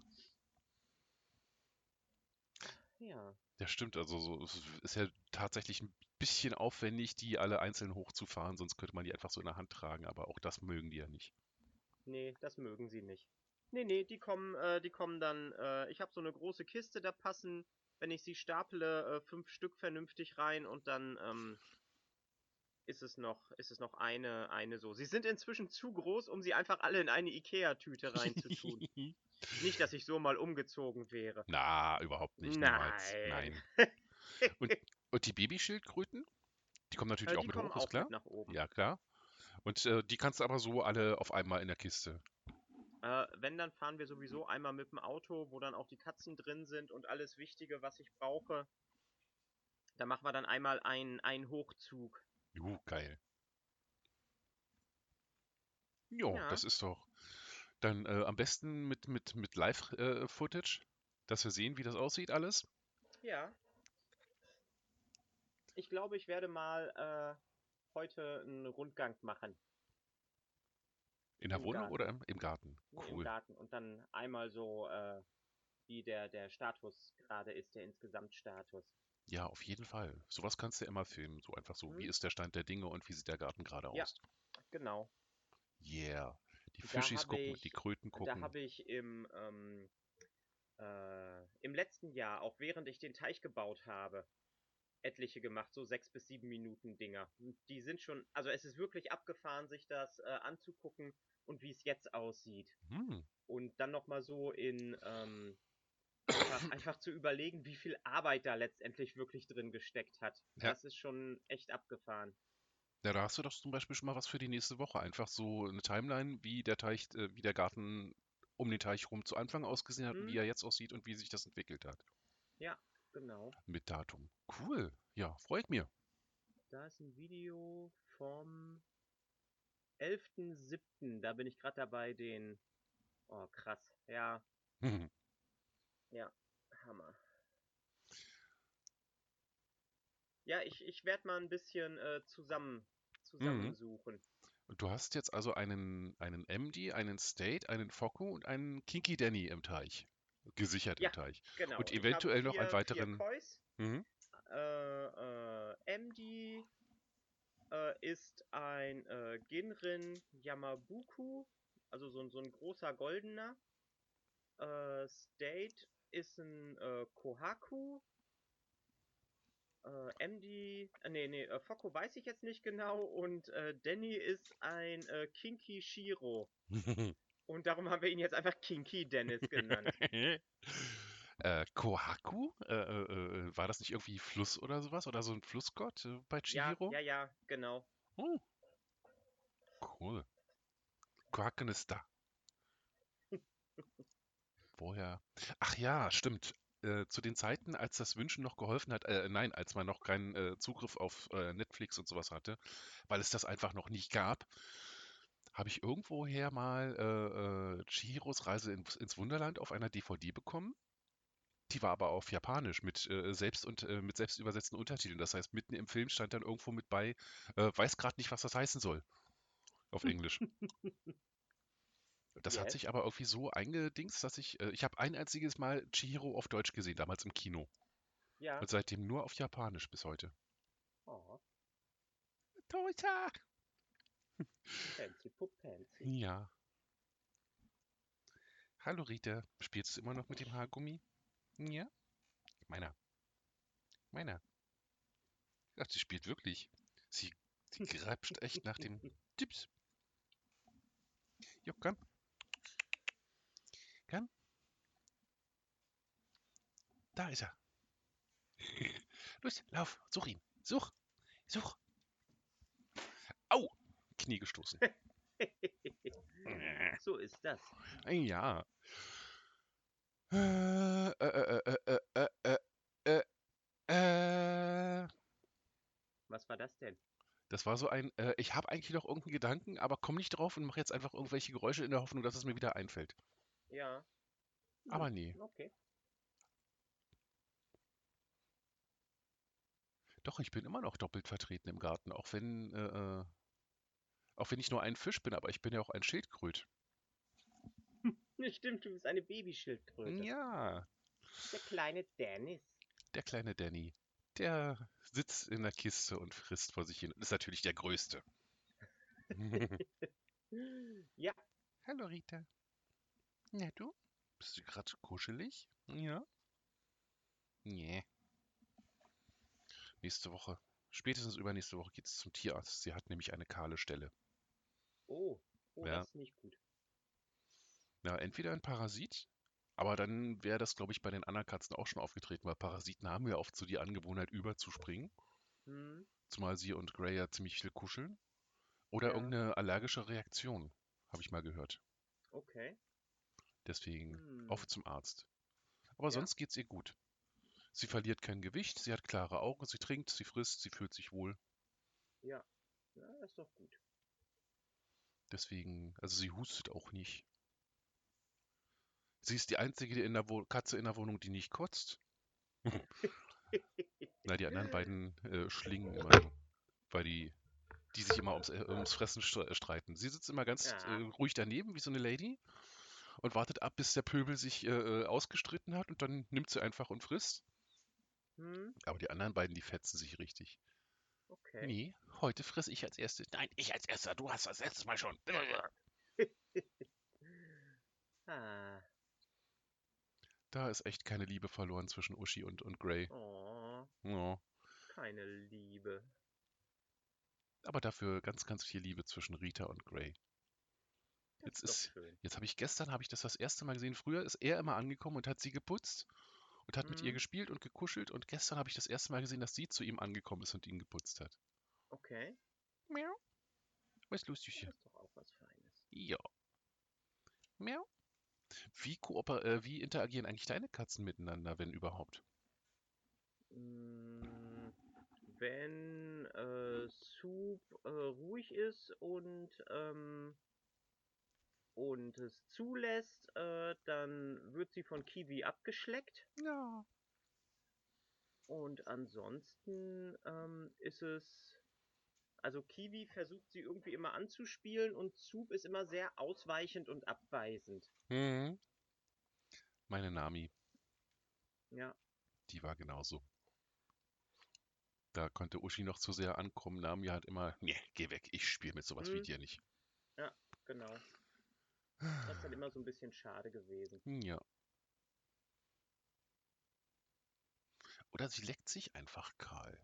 Ja, Ja, stimmt, also so, es ist ja tatsächlich ein bisschen aufwendig, die alle einzeln hochzufahren, sonst könnte man die einfach so in der Hand tragen, aber auch das mögen die ja nicht. nee, das mögen sie nicht. Nee, nee, die kommen, äh, die kommen dann, äh, ich habe so eine große Kiste, da passen, wenn ich sie staple, äh, fünf Stück vernünftig rein und dann, ähm, ist es noch, ist es noch eine, eine so. Sie sind inzwischen zu groß, um sie einfach alle in eine Ikea-Tüte reinzutun. Nicht, dass ich so mal umgezogen wäre. Na, überhaupt nicht, niemals. Nein. Nein. Und, und die Babyschildkröten? Die kommen natürlich äh, auch die mit kommen hoch, ist auch mit klar. nach oben. Ja, klar. Und äh, die kannst du aber so alle auf einmal in der Kiste. Äh, wenn, dann fahren wir sowieso einmal mit dem Auto, wo dann auch die Katzen drin sind und alles Wichtige, was ich brauche. Da machen wir dann einmal einen, einen Hochzug. Juhu, geil. Jo, Ja, das ist doch. Dann äh, am besten mit, mit, mit Live-Footage, dass wir sehen, wie das aussieht alles. ja. Ich glaube, ich werde mal äh, heute einen Rundgang machen In der im Wohnung oder Garten. im, im Garten? Nee, im Cool. Garten. Und dann einmal so, äh, wie der, der Status gerade ist, der Insgesamtstatus. Ja, auf jeden Fall. Sowas kannst du ja immer filmen. So einfach so, wie Hm? ist der Stand der Dinge und wie sieht der Garten gerade Ja, aus? genau. Yeah. Die Da Fischis habe gucken, die ich, Kröten da gucken. habe ich im, ähm, äh, im letzten Jahr, auch während ich den Teich gebaut habe, etliche gemacht, so sechs bis sieben Minuten Dinger. Die sind schon, also es ist wirklich abgefahren, sich das äh, anzugucken und wie es jetzt aussieht. Hm. Und dann nochmal so in ähm, einfach, einfach zu überlegen, wie viel Arbeit da letztendlich wirklich drin gesteckt hat. Ja. Das ist schon echt abgefahren. Ja, da hast du doch zum Beispiel schon mal was für die nächste Woche. Einfach so eine Timeline, wie der Teich, äh, wie der Garten um den Teich rum zu Anfang ausgesehen hat und Hm? wie er jetzt aussieht und wie sich das entwickelt hat. Ja, genau. Mit Datum. Cool. Ja, freut mir. Da ist ein Video vom elften siebten. Da bin ich gerade dabei, den. Oh, krass. Ja, ja, Hammer. Ja, ich, ich werde mal ein bisschen äh, zusammen, Mhm. zusammensuchen. Und du hast jetzt also einen, einen M D, einen State, einen Focko und einen Kinky Danny im Teich. Gesichert im Ja, Teich. Und genau. Ich habe eventuell noch einen vier, vier weiteren. Kois. Mhm. Äh, äh, M D äh, ist ein äh, Ginrin Yamabuku, also so, ein- so ein großer goldener. Äh, State ist ein äh, Kohaku. Äh, M D, äh, nee, nee, äh, Focko weiß ich jetzt nicht genau. Und äh, Danny ist ein äh, Kinky Shiro. Und darum haben wir ihn jetzt einfach Kinky Dennis genannt. Äh, Kohaku? Äh, äh, äh, war das nicht irgendwie Fluss oder sowas? Oder so ein Flussgott äh, bei Ja, Chihiro? ja, ja, genau. Oh, cool. Kohaku ist da. Woher? Ach ja, stimmt. Äh, zu den Zeiten, als das Wünschen noch geholfen hat, äh, nein, als man noch keinen äh, Zugriff auf äh, Netflix und sowas hatte, weil es das einfach noch nicht gab, habe ich irgendwoher mal äh, äh, Chihiros Reise ins, ins Wunderland auf einer D V D bekommen. Die war aber auf Japanisch mit äh, selbst und äh, mit selbst übersetzten Untertiteln. Das heißt, mitten im Film stand dann irgendwo mit bei, äh, weiß gerade nicht, was das heißen soll, auf Englisch. Das hat Yes. sich aber irgendwie so eingedingst, dass ich, äh, ich habe ein einziges Mal Chihiro auf Deutsch gesehen, damals im Kino. Ja. Und seitdem nur auf Japanisch bis heute. Oh, Toita! fancy Pupancy. Ja. Hallo Rita, spielst du immer noch mit dem Haargummi? Ja. Meiner. Meiner. Ach, sie spielt wirklich. Sie, sie grapscht echt nach dem Tipps. Jo, komm, komm. Da ist er. Los, lauf, such ihn. Such, such. Au! Knie gestoßen. So ist das. Ja. Äh, äh, äh, äh, äh, äh, äh, äh. Was war das denn? Das war so ein, äh, ich habe eigentlich noch irgendeinen Gedanken, aber komm nicht drauf und mach jetzt einfach irgendwelche Geräusche in der Hoffnung, dass es mir wieder einfällt. Ja. Nö. Aber nee. Okay. Doch, ich bin immer noch doppelt vertreten im Garten, auch wenn, äh, äh, auch wenn ich nur ein Fisch bin, aber ich bin ja auch ein Schildkröt. Stimmt, du bist eine Babyschildkröte. Ja, Der kleine Dennis. der kleine Danny, der sitzt in der Kiste und frisst vor sich hin. Ist natürlich der Größte. Ja. Hallo Rita. Na du? Bist du gerade kuschelig? Ja. Nee. Nächste Woche, spätestens übernächste Woche geht es zum Tierarzt. Sie hat nämlich eine kahle Stelle. Oh. Oh, das Ja, ist nicht gut. ja, entweder ein Parasit, aber dann wäre das, glaube ich, bei den anderen Katzen auch schon aufgetreten, weil Parasiten haben ja oft so die Angewohnheit, überzuspringen. Hm. Zumal sie und Grey ja ziemlich viel kuscheln. Oder Ja. irgendeine allergische Reaktion, habe ich mal gehört. Okay. Deswegen Hm. auf zum Arzt. Aber Ja. sonst geht's ihr gut. Sie verliert kein Gewicht, sie hat klare Augen, sie trinkt, sie frisst, sie fühlt sich wohl. Ja. Ja, das ist doch gut. Deswegen, also sie hustet auch nicht. Sie ist die einzige die in der Wo Katze in der Wohnung, die nicht kotzt. Na, die anderen beiden äh, schlingen immer nur, weil die, die sich immer ums, äh, ums Fressen stre- streiten. Sie sitzt immer ganz äh, Ja. ruhig daneben, wie so eine Lady, und wartet ab, bis der Pöbel sich äh, äh, ausgestritten hat und dann nimmt sie einfach und frisst. Hm. Aber die anderen beiden, die fetzen sich richtig. Okay. Nee, heute friss ich als Erstes. Nein, ich als Erster, du hast das letzte Mal schon. Ah. Da ist echt keine Liebe verloren zwischen Uschi und, und Grey. Oh. Ja. Keine Liebe. Aber dafür ganz, ganz viel Liebe zwischen Rita und Grey. Das Jetzt ist doch ist, schön. jetzt habe ich gestern, habe ich das das erste Mal gesehen. Früher ist er immer angekommen und hat sie geputzt und hat mit ihr Hm. gespielt und gekuschelt. Und gestern habe ich das erste Mal gesehen, dass sie zu ihm angekommen ist und ihn geputzt hat. Okay. Miau. Was lustig Das hier? ist doch auch was Feines. Ja. Miau. Wie, kooper äh, wie interagieren eigentlich deine Katzen miteinander, wenn überhaupt? Mm, Wenn äh, Soup äh, ruhig ist und, ähm, und es zulässt, äh, dann wird sie von Kiwi abgeschleckt. Ja. Und ansonsten ähm, ist es, also Kiwi versucht sie irgendwie immer anzuspielen und Soup ist immer sehr ausweichend und abweisend. Mhm. Meine Nami, Ja. die war genauso. Da konnte Uschi noch zu sehr ankommen. Nami hat immer, nee, geh weg, ich spiele mit sowas wie Hm, dir nicht. ja, genau. Das ist dann immer so ein bisschen schade gewesen. Ja. Oder sie leckt sich einfach kahl.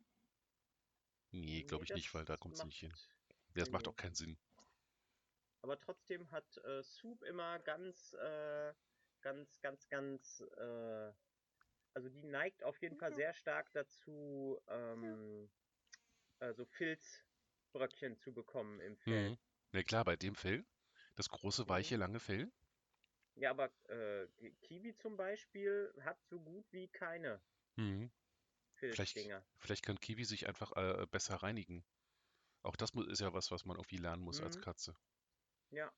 Nee, glaube Nee, ich nicht, weil da das kommt sie macht. nicht hin. Das Nee, macht nee. auch keinen Sinn. Aber trotzdem hat äh, Soup immer ganz, äh, ganz, ganz, ganz, äh, also die neigt auf jeden Fall sehr stark dazu, ähm, äh, so Filzbröckchen zu bekommen im Fell. Mhm. Na klar, bei dem Fell, das große, Mhm. weiche, lange Fell. Ja, aber äh, Ki- Kiwi zum Beispiel hat so gut wie keine Mhm. Vielleicht, Filzdinger. vielleicht kann Kiwi sich einfach äh, besser reinigen. Auch das mu- ist ja was, was man irgendwie lernen muss als Mhm. Katze. Ja,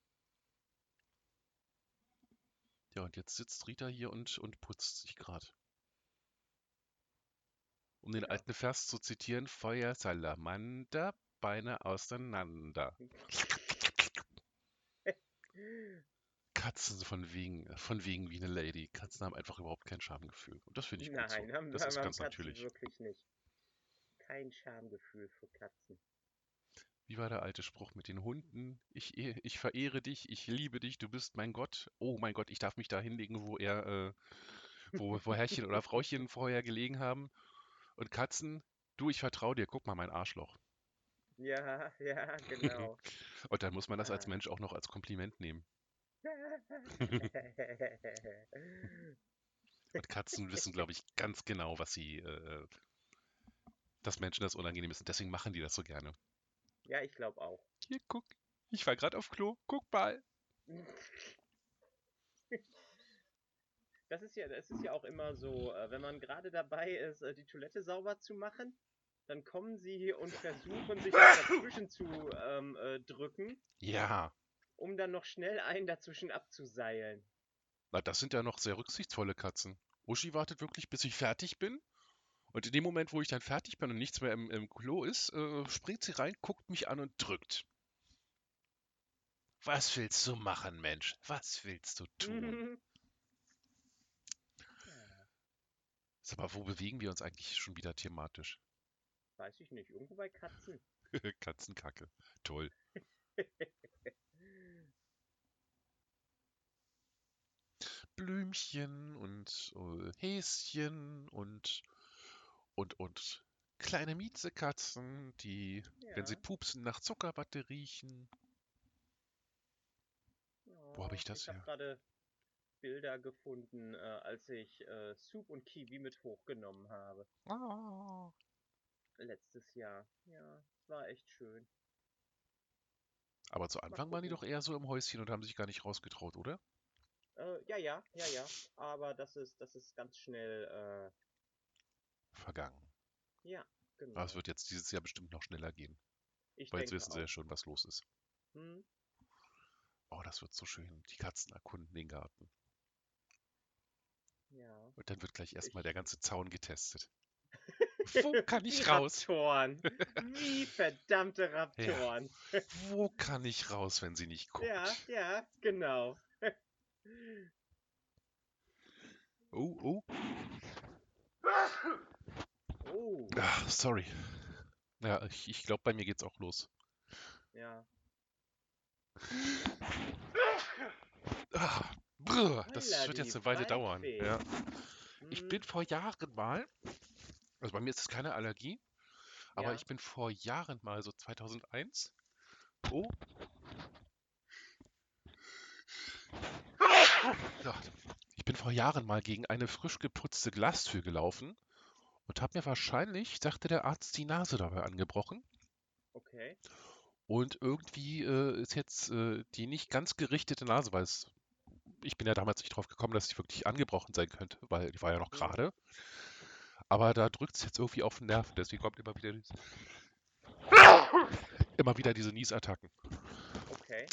Ja, und jetzt sitzt Rita hier und, und putzt sich gerade. Um den ja. alten Vers zu zitieren, Feuer, Salamander, Beine auseinander. Katzen von wegen, von wegen wie eine Lady. Katzen haben einfach überhaupt kein Schamgefühl. Und das finde ich gut so. Nein, haben, Das haben ist haben ganz Katzen natürlich. wirklich nicht. Kein Schamgefühl für Katzen. Wie war der alte Spruch mit den Hunden? Ich, eh- ich verehre dich, ich liebe dich, du bist mein Gott. Oh mein Gott, ich darf mich da hinlegen, wo er, äh, wo, wo Herrchen oder Frauchen vorher gelegen haben. Und Katzen, du, ich vertraue dir, guck mal, mein Arschloch. Ja, ja, genau. Und dann muss man das als Ah. Mensch auch noch als Kompliment nehmen. Und Katzen wissen, glaube ich, ganz genau, was sie, äh, dass Menschen das unangenehm ist. Und deswegen machen die das so gerne. Ja, ich glaube auch. Hier, guck. Ich war gerade auf Klo. Guck mal. Das ist ja, das ist ja auch immer so, äh, wenn man gerade dabei ist, äh, die Toilette sauber zu machen, dann kommen sie und versuchen, sich noch dazwischen zu ähm, äh, drücken, Ja, um dann noch schnell einen dazwischen abzuseilen. na, das sind ja noch sehr rücksichtsvolle Katzen. Uschi wartet wirklich, bis ich fertig bin. Und in dem Moment, wo ich dann fertig bin und nichts mehr im, im Klo ist, äh, springt sie rein, guckt mich an und drückt. Was willst du machen, Mensch? Was willst du tun? Ja, Sag mal, wo bewegen wir uns eigentlich schon wieder thematisch? weiß ich nicht, irgendwo bei Katzen. Katzenkacke. Toll. Blümchen und äh, Häschen und, und, und kleine Miezekatzen, die, wenn sie Ja, pupsen, nach Zuckerwatte riechen. Wo habe ja, ich das ich habe her? gerade Bilder gefunden, äh, als ich äh, Soup und Kiwi mit hochgenommen habe. Ah. Letztes Jahr. Ja, es war echt schön. Aber zu Mal Anfang waren die gucken. doch eher so im Häuschen und haben sich gar nicht rausgetraut, oder? Äh, ja, ja, ja, ja. Aber das ist, das ist ganz schnell, äh, Vergangen. ja, Aber es genau. wird jetzt dieses Jahr bestimmt noch schneller gehen. Ich Weil jetzt denke wissen sie ja auch. schon, was los ist. Hm? Oh, das wird so schön. Die Katzen erkunden den Garten. Ja. Und dann wird gleich erstmal der Ich. ganze Zaun getestet. Wo kann Wie ich raus? Raptoren. Wie verdammte Ja. Raptoren. Wo kann ich raus, wenn sie nicht Ja, guckt? ja, genau. Oh, oh. Oh, Ah, sorry. Ja, ich, ich glaube, bei mir geht's auch los. ja. Ah, brr, das Holla, wird jetzt die eine Weile dauern. Waldfee. Ja. Ich bin Hm? vor Jahren mal, also bei mir ist es keine Allergie, aber Ja, ich bin vor Jahren mal, so zweitausendeins, oh, ja, ich bin vor Jahren mal gegen eine frisch geputzte Glastür gelaufen und habe mir wahrscheinlich, sagte der Arzt, die Nase dabei angebrochen. okay. Und irgendwie äh, ist jetzt äh, die nicht ganz gerichtete Nase, weil es, ich bin ja damals nicht drauf gekommen, dass sie wirklich angebrochen sein könnte, weil die war ja noch Hm? gerade. Aber da drückt es jetzt irgendwie auf den Nerv. Deswegen kommt immer wieder, dies- immer wieder diese Niesattacken. Okay.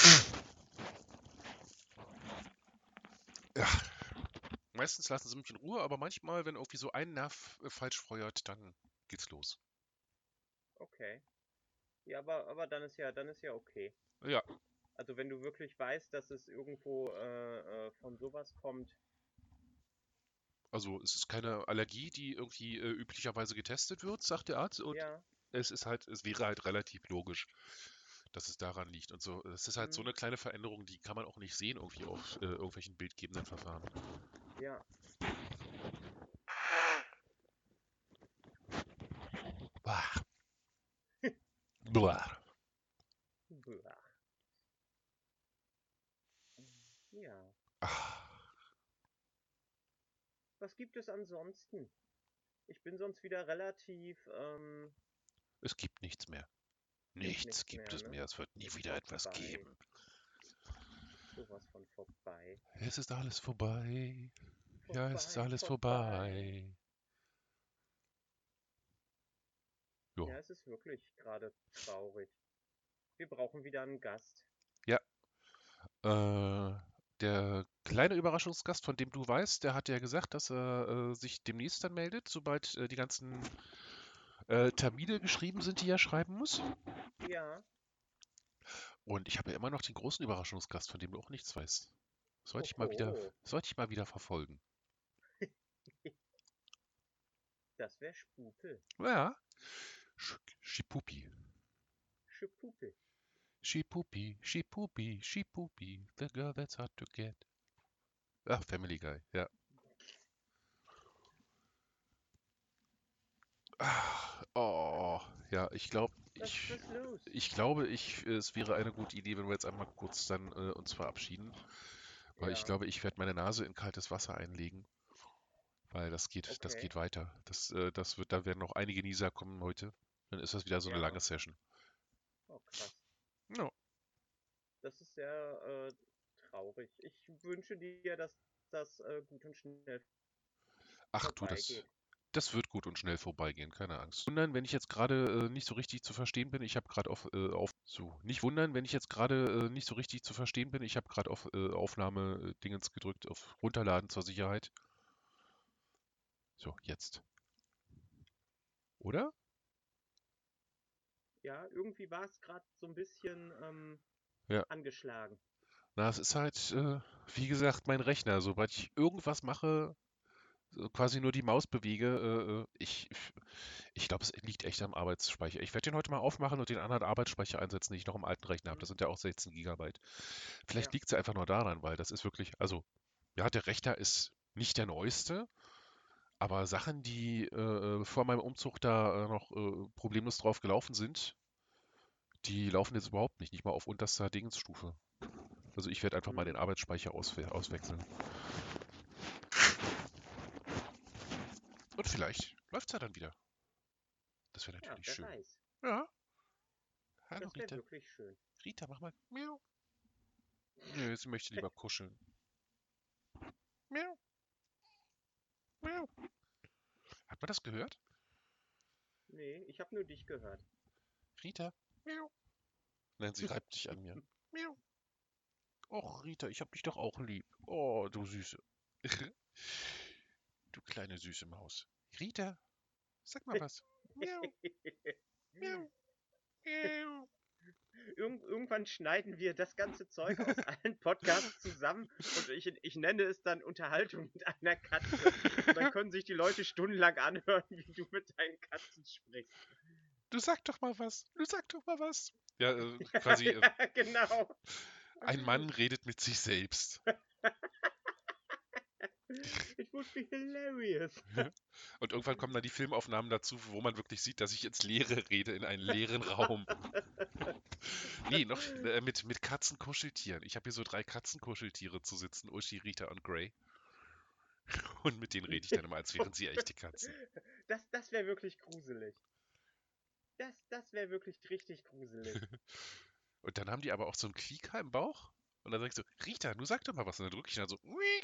Ja, meistens lassen sie mich in Ruhe, aber manchmal, wenn irgendwie so ein Nerv äh, falsch feuert, dann geht's los. Okay. Ja, aber, aber dann ist ja, dann ist ja okay. Ja, Also wenn du wirklich weißt, dass es irgendwo äh, äh, von sowas kommt, also es ist keine Allergie, die irgendwie äh, üblicherweise getestet wird, sagt der Arzt. Und ja. es ist halt, es wäre halt relativ logisch, dass es daran liegt. Und so, es ist halt so Hm? eine kleine Veränderung, die kann man auch nicht sehen irgendwie auf äh, irgendwelchen bildgebenden Verfahren. Ja. Bah, blah. Blah. Ja. Ah. Was gibt es ansonsten? Ich bin sonst wieder relativ, ähm, Es gibt nichts mehr. gibt Nichts nichts gibt mehr, es ne? mehr. Es wird nie Ist wieder etwas vorbei. geben. Sowas von vorbei. Es ist alles vorbei. Ja, es ist Vorbei, alles vorbei. vorbei. Jo. Ja, es ist wirklich gerade traurig. Wir brauchen wieder einen Gast. Ja, äh, der kleine Überraschungsgast, von dem du weißt, der hat ja gesagt, dass er äh, sich demnächst dann meldet, sobald äh, die ganzen äh, Termine geschrieben sind, die er schreiben muss. Ja. Und ich habe ja immer noch den großen Überraschungsgast, von dem du auch nichts weißt. Sollte ich mal wieder, Hoho. sollte ich mal wieder verfolgen. Das wäre Spupel. Ja, Sch- Schipupi. Schipupel. Schipupi, Schipupi, Schipupi, the girl that's hard to get. Ach, Family Guy, ja. Ach, oh, ja, ich glaube, Was, ich, was los? ich glaube, ich, es wäre eine gute Idee, wenn wir jetzt einmal kurz dann äh, uns verabschieden, weil ich Ja, glaube, ich werde meine Nase in kaltes Wasser einlegen, weil das geht, das okay. geht weiter. Das, äh, das wird, da werden noch einige Nieser kommen heute. Dann ist das wieder so eine lange Ja. Session. Oh, krass. Ja. Das ist sehr äh, traurig. Ich wünsche dir, dass das äh, gut und schnell Ach du, das, vorbeigeht. das wird gut und schnell vorbeigehen, keine Angst. Wundern, wenn ich jetzt gerade äh, nicht so richtig zu verstehen bin. Ich habe gerade auf, äh, auf so nicht wundern, wenn ich jetzt gerade äh, nicht so richtig zu verstehen bin. Ich habe gerade auf äh, Aufnahme-Dingens gedrückt, auf Runterladen zur Sicherheit. So, jetzt. Oder? Ja, irgendwie war es gerade so ein bisschen ähm, Ja. angeschlagen. Na, es ist halt, äh, wie gesagt, mein Rechner. Sobald ich irgendwas mache, so quasi nur die Maus bewege, äh, äh, ich, ich glaube, es liegt echt am Arbeitsspeicher. Ich werde den heute mal aufmachen und den anderen Arbeitsspeicher einsetzen, den ich noch im alten Rechner habe. Hm? Das sind ja auch sechzehn Gigabyte. Vielleicht Ja. liegt es ja einfach nur daran, weil das ist wirklich, also, ja, der Rechner ist nicht der neueste, aber Sachen, die äh, vor meinem Umzug da äh, noch äh, problemlos drauf gelaufen sind, die laufen jetzt überhaupt nicht, nicht mal auf unterster Dingensstufe. Also ich werde einfach mal den Hm. Arbeitsspeicher auswe auswechseln. Und vielleicht läuft es ja dann wieder. Das wäre Ja, natürlich wer schön. weiß. Ja, hallo Das wäre Rita. wirklich schön. Rita, mach mal. Miau. Nö, sie möchte lieber kuscheln. Miau, miau. Hat man das gehört? Nee, ich habe nur dich gehört. Rita. Miau. Nein, sie reibt sich an mir. Miau. Och, Rita, ich hab dich doch auch lieb. Oh, du Süße. Du kleine süße Maus. Rita, sag mal was. Miau, miau, miau. Irgend, irgendwann schneiden wir das ganze Zeug aus allen Podcasts zusammen und ich, ich nenne es dann Unterhaltung mit einer Katze. Und dann können sich die Leute stundenlang anhören, wie du mit deinen Katzen sprichst. Du sag doch mal was. Du sag doch mal was. Ja, äh, quasi, äh, Ja, genau. ein Mann redet mit sich selbst. It would be hilarious. Und irgendwann kommen dann die Filmaufnahmen dazu, wo man wirklich sieht, dass ich ins Leere rede, in einen leeren Raum. Nee, noch äh, mit, mit Katzenkuscheltieren. Ich habe hier so drei Katzenkuscheltiere zu sitzen, Uschi, Rita und Grey. Und mit denen rede ich dann immer, als wären sie echte Katzen. Das, das wäre wirklich gruselig. Das, das wäre wirklich richtig gruselig. Und dann haben die aber auch so einen Quieker im Bauch. Und dann sag ich so, Rita, du sag doch mal was. Und dann drücke ich dann so.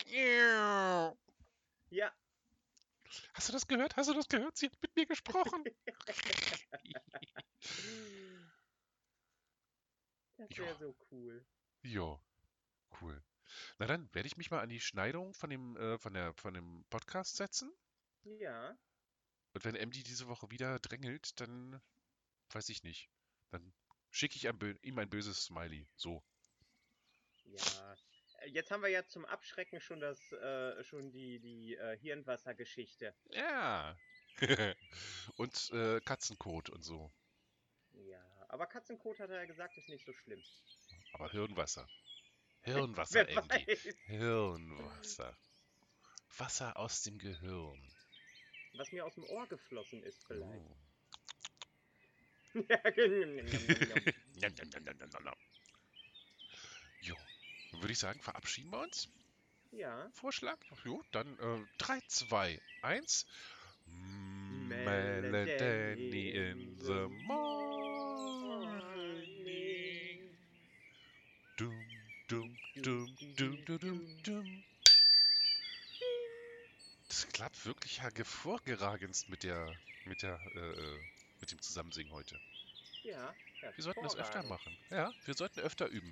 Ja, Hast du das gehört? Hast du das gehört? Sie hat mit mir gesprochen. das Jo, wäre so cool. jo, cool. Na dann werde ich mich mal an die Schneidung von dem, äh, von der, von dem Podcast setzen. Ja, Und wenn M D diese Woche wieder drängelt, dann weiß ich nicht. Dann schicke ich ein ihm ein böses Smiley. So. ja. Äh, Jetzt haben wir ja zum Abschrecken schon das, äh, schon die, die äh, Hirnwassergeschichte. Ja. Und äh, Katzenkot und so. Ja, aber Katzenkot hat er ja gesagt, ist nicht so schlimm. Aber Hirnwasser. Wer Hirnwasser, M D. weiß, Hirnwasser. Wasser aus dem Gehirn. was mir aus dem Ohr geflossen ist vielleicht. Oh. Ja, nom, nom, nom, nom. Njam, njam, njam, njam, njam, njam. Jo, dann würde ich sagen, verabschieden wir uns. Ja. Vorschlag? Jo, dann äh, drei, zwei, eins. Mel and Danny Melanie in in the the morning. morning. Dum, Dum, dum, dum, dum, dum, dum, dum, dum, dum. dum. Das klappt wirklich hervorragendst mit der, mit der, äh, äh, mit dem Zusammensingen heute. Ja, Wir sollten das öfter hervorragend. machen. Ja, wir sollten öfter üben.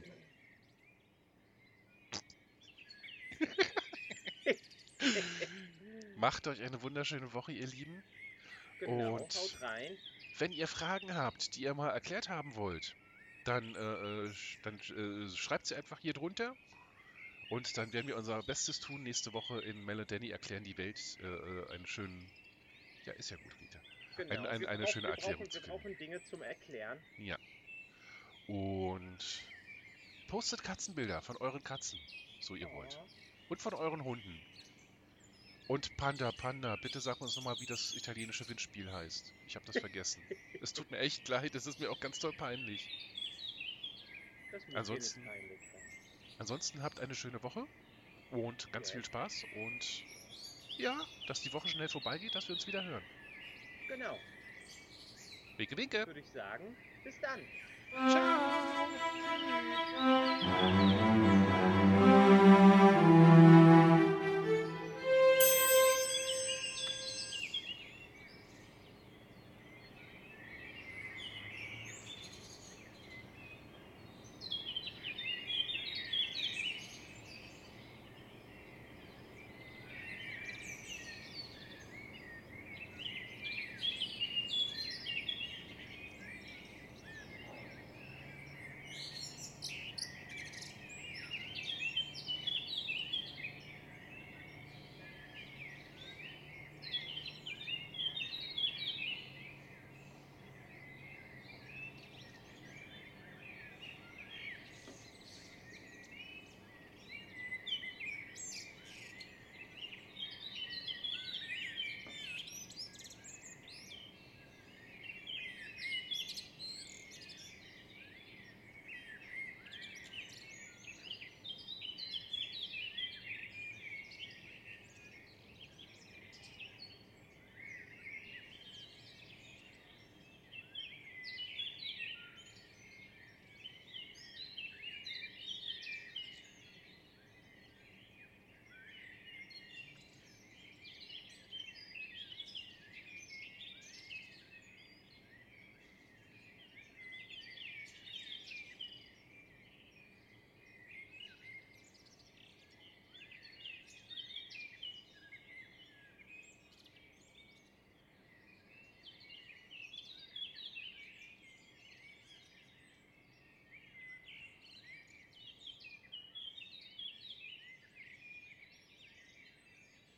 Macht euch eine wunderschöne Woche, ihr Lieben. Genau, Und haut rein. wenn ihr Fragen habt, die ihr mal erklärt haben wollt, dann, äh, äh, sch- dann äh, schreibt sie einfach hier drunter. Und dann werden wir unser Bestes tun, nächste Woche in Mel und Danny erklären die Welt äh, äh, einen schönen, ja, ist ja gut, Rita, ein, Genau, ein, wir, eine brauch, schöne wir, Erklärung brauchen, zu wir finden. brauchen Dinge zum Erklären. Ja. Und postet Katzenbilder von euren Katzen, so ihr wollt. Oh. Und von euren Hunden. Und Panda, Panda, bitte sag uns nochmal, wie das italienische Windspiel heißt. Ich habe das vergessen. Es tut mir echt leid, es ist mir auch ganz toll peinlich. Das muss dir nicht Ansonsten, peinlich sein. ansonsten habt eine schöne Woche und ganz viel Yes. Spaß und ja, dass die Woche schnell vorbeigeht, dass wir uns wieder hören. Genau, Winke, winke. würde ich sagen. Bis dann. Ciao. Tschüss.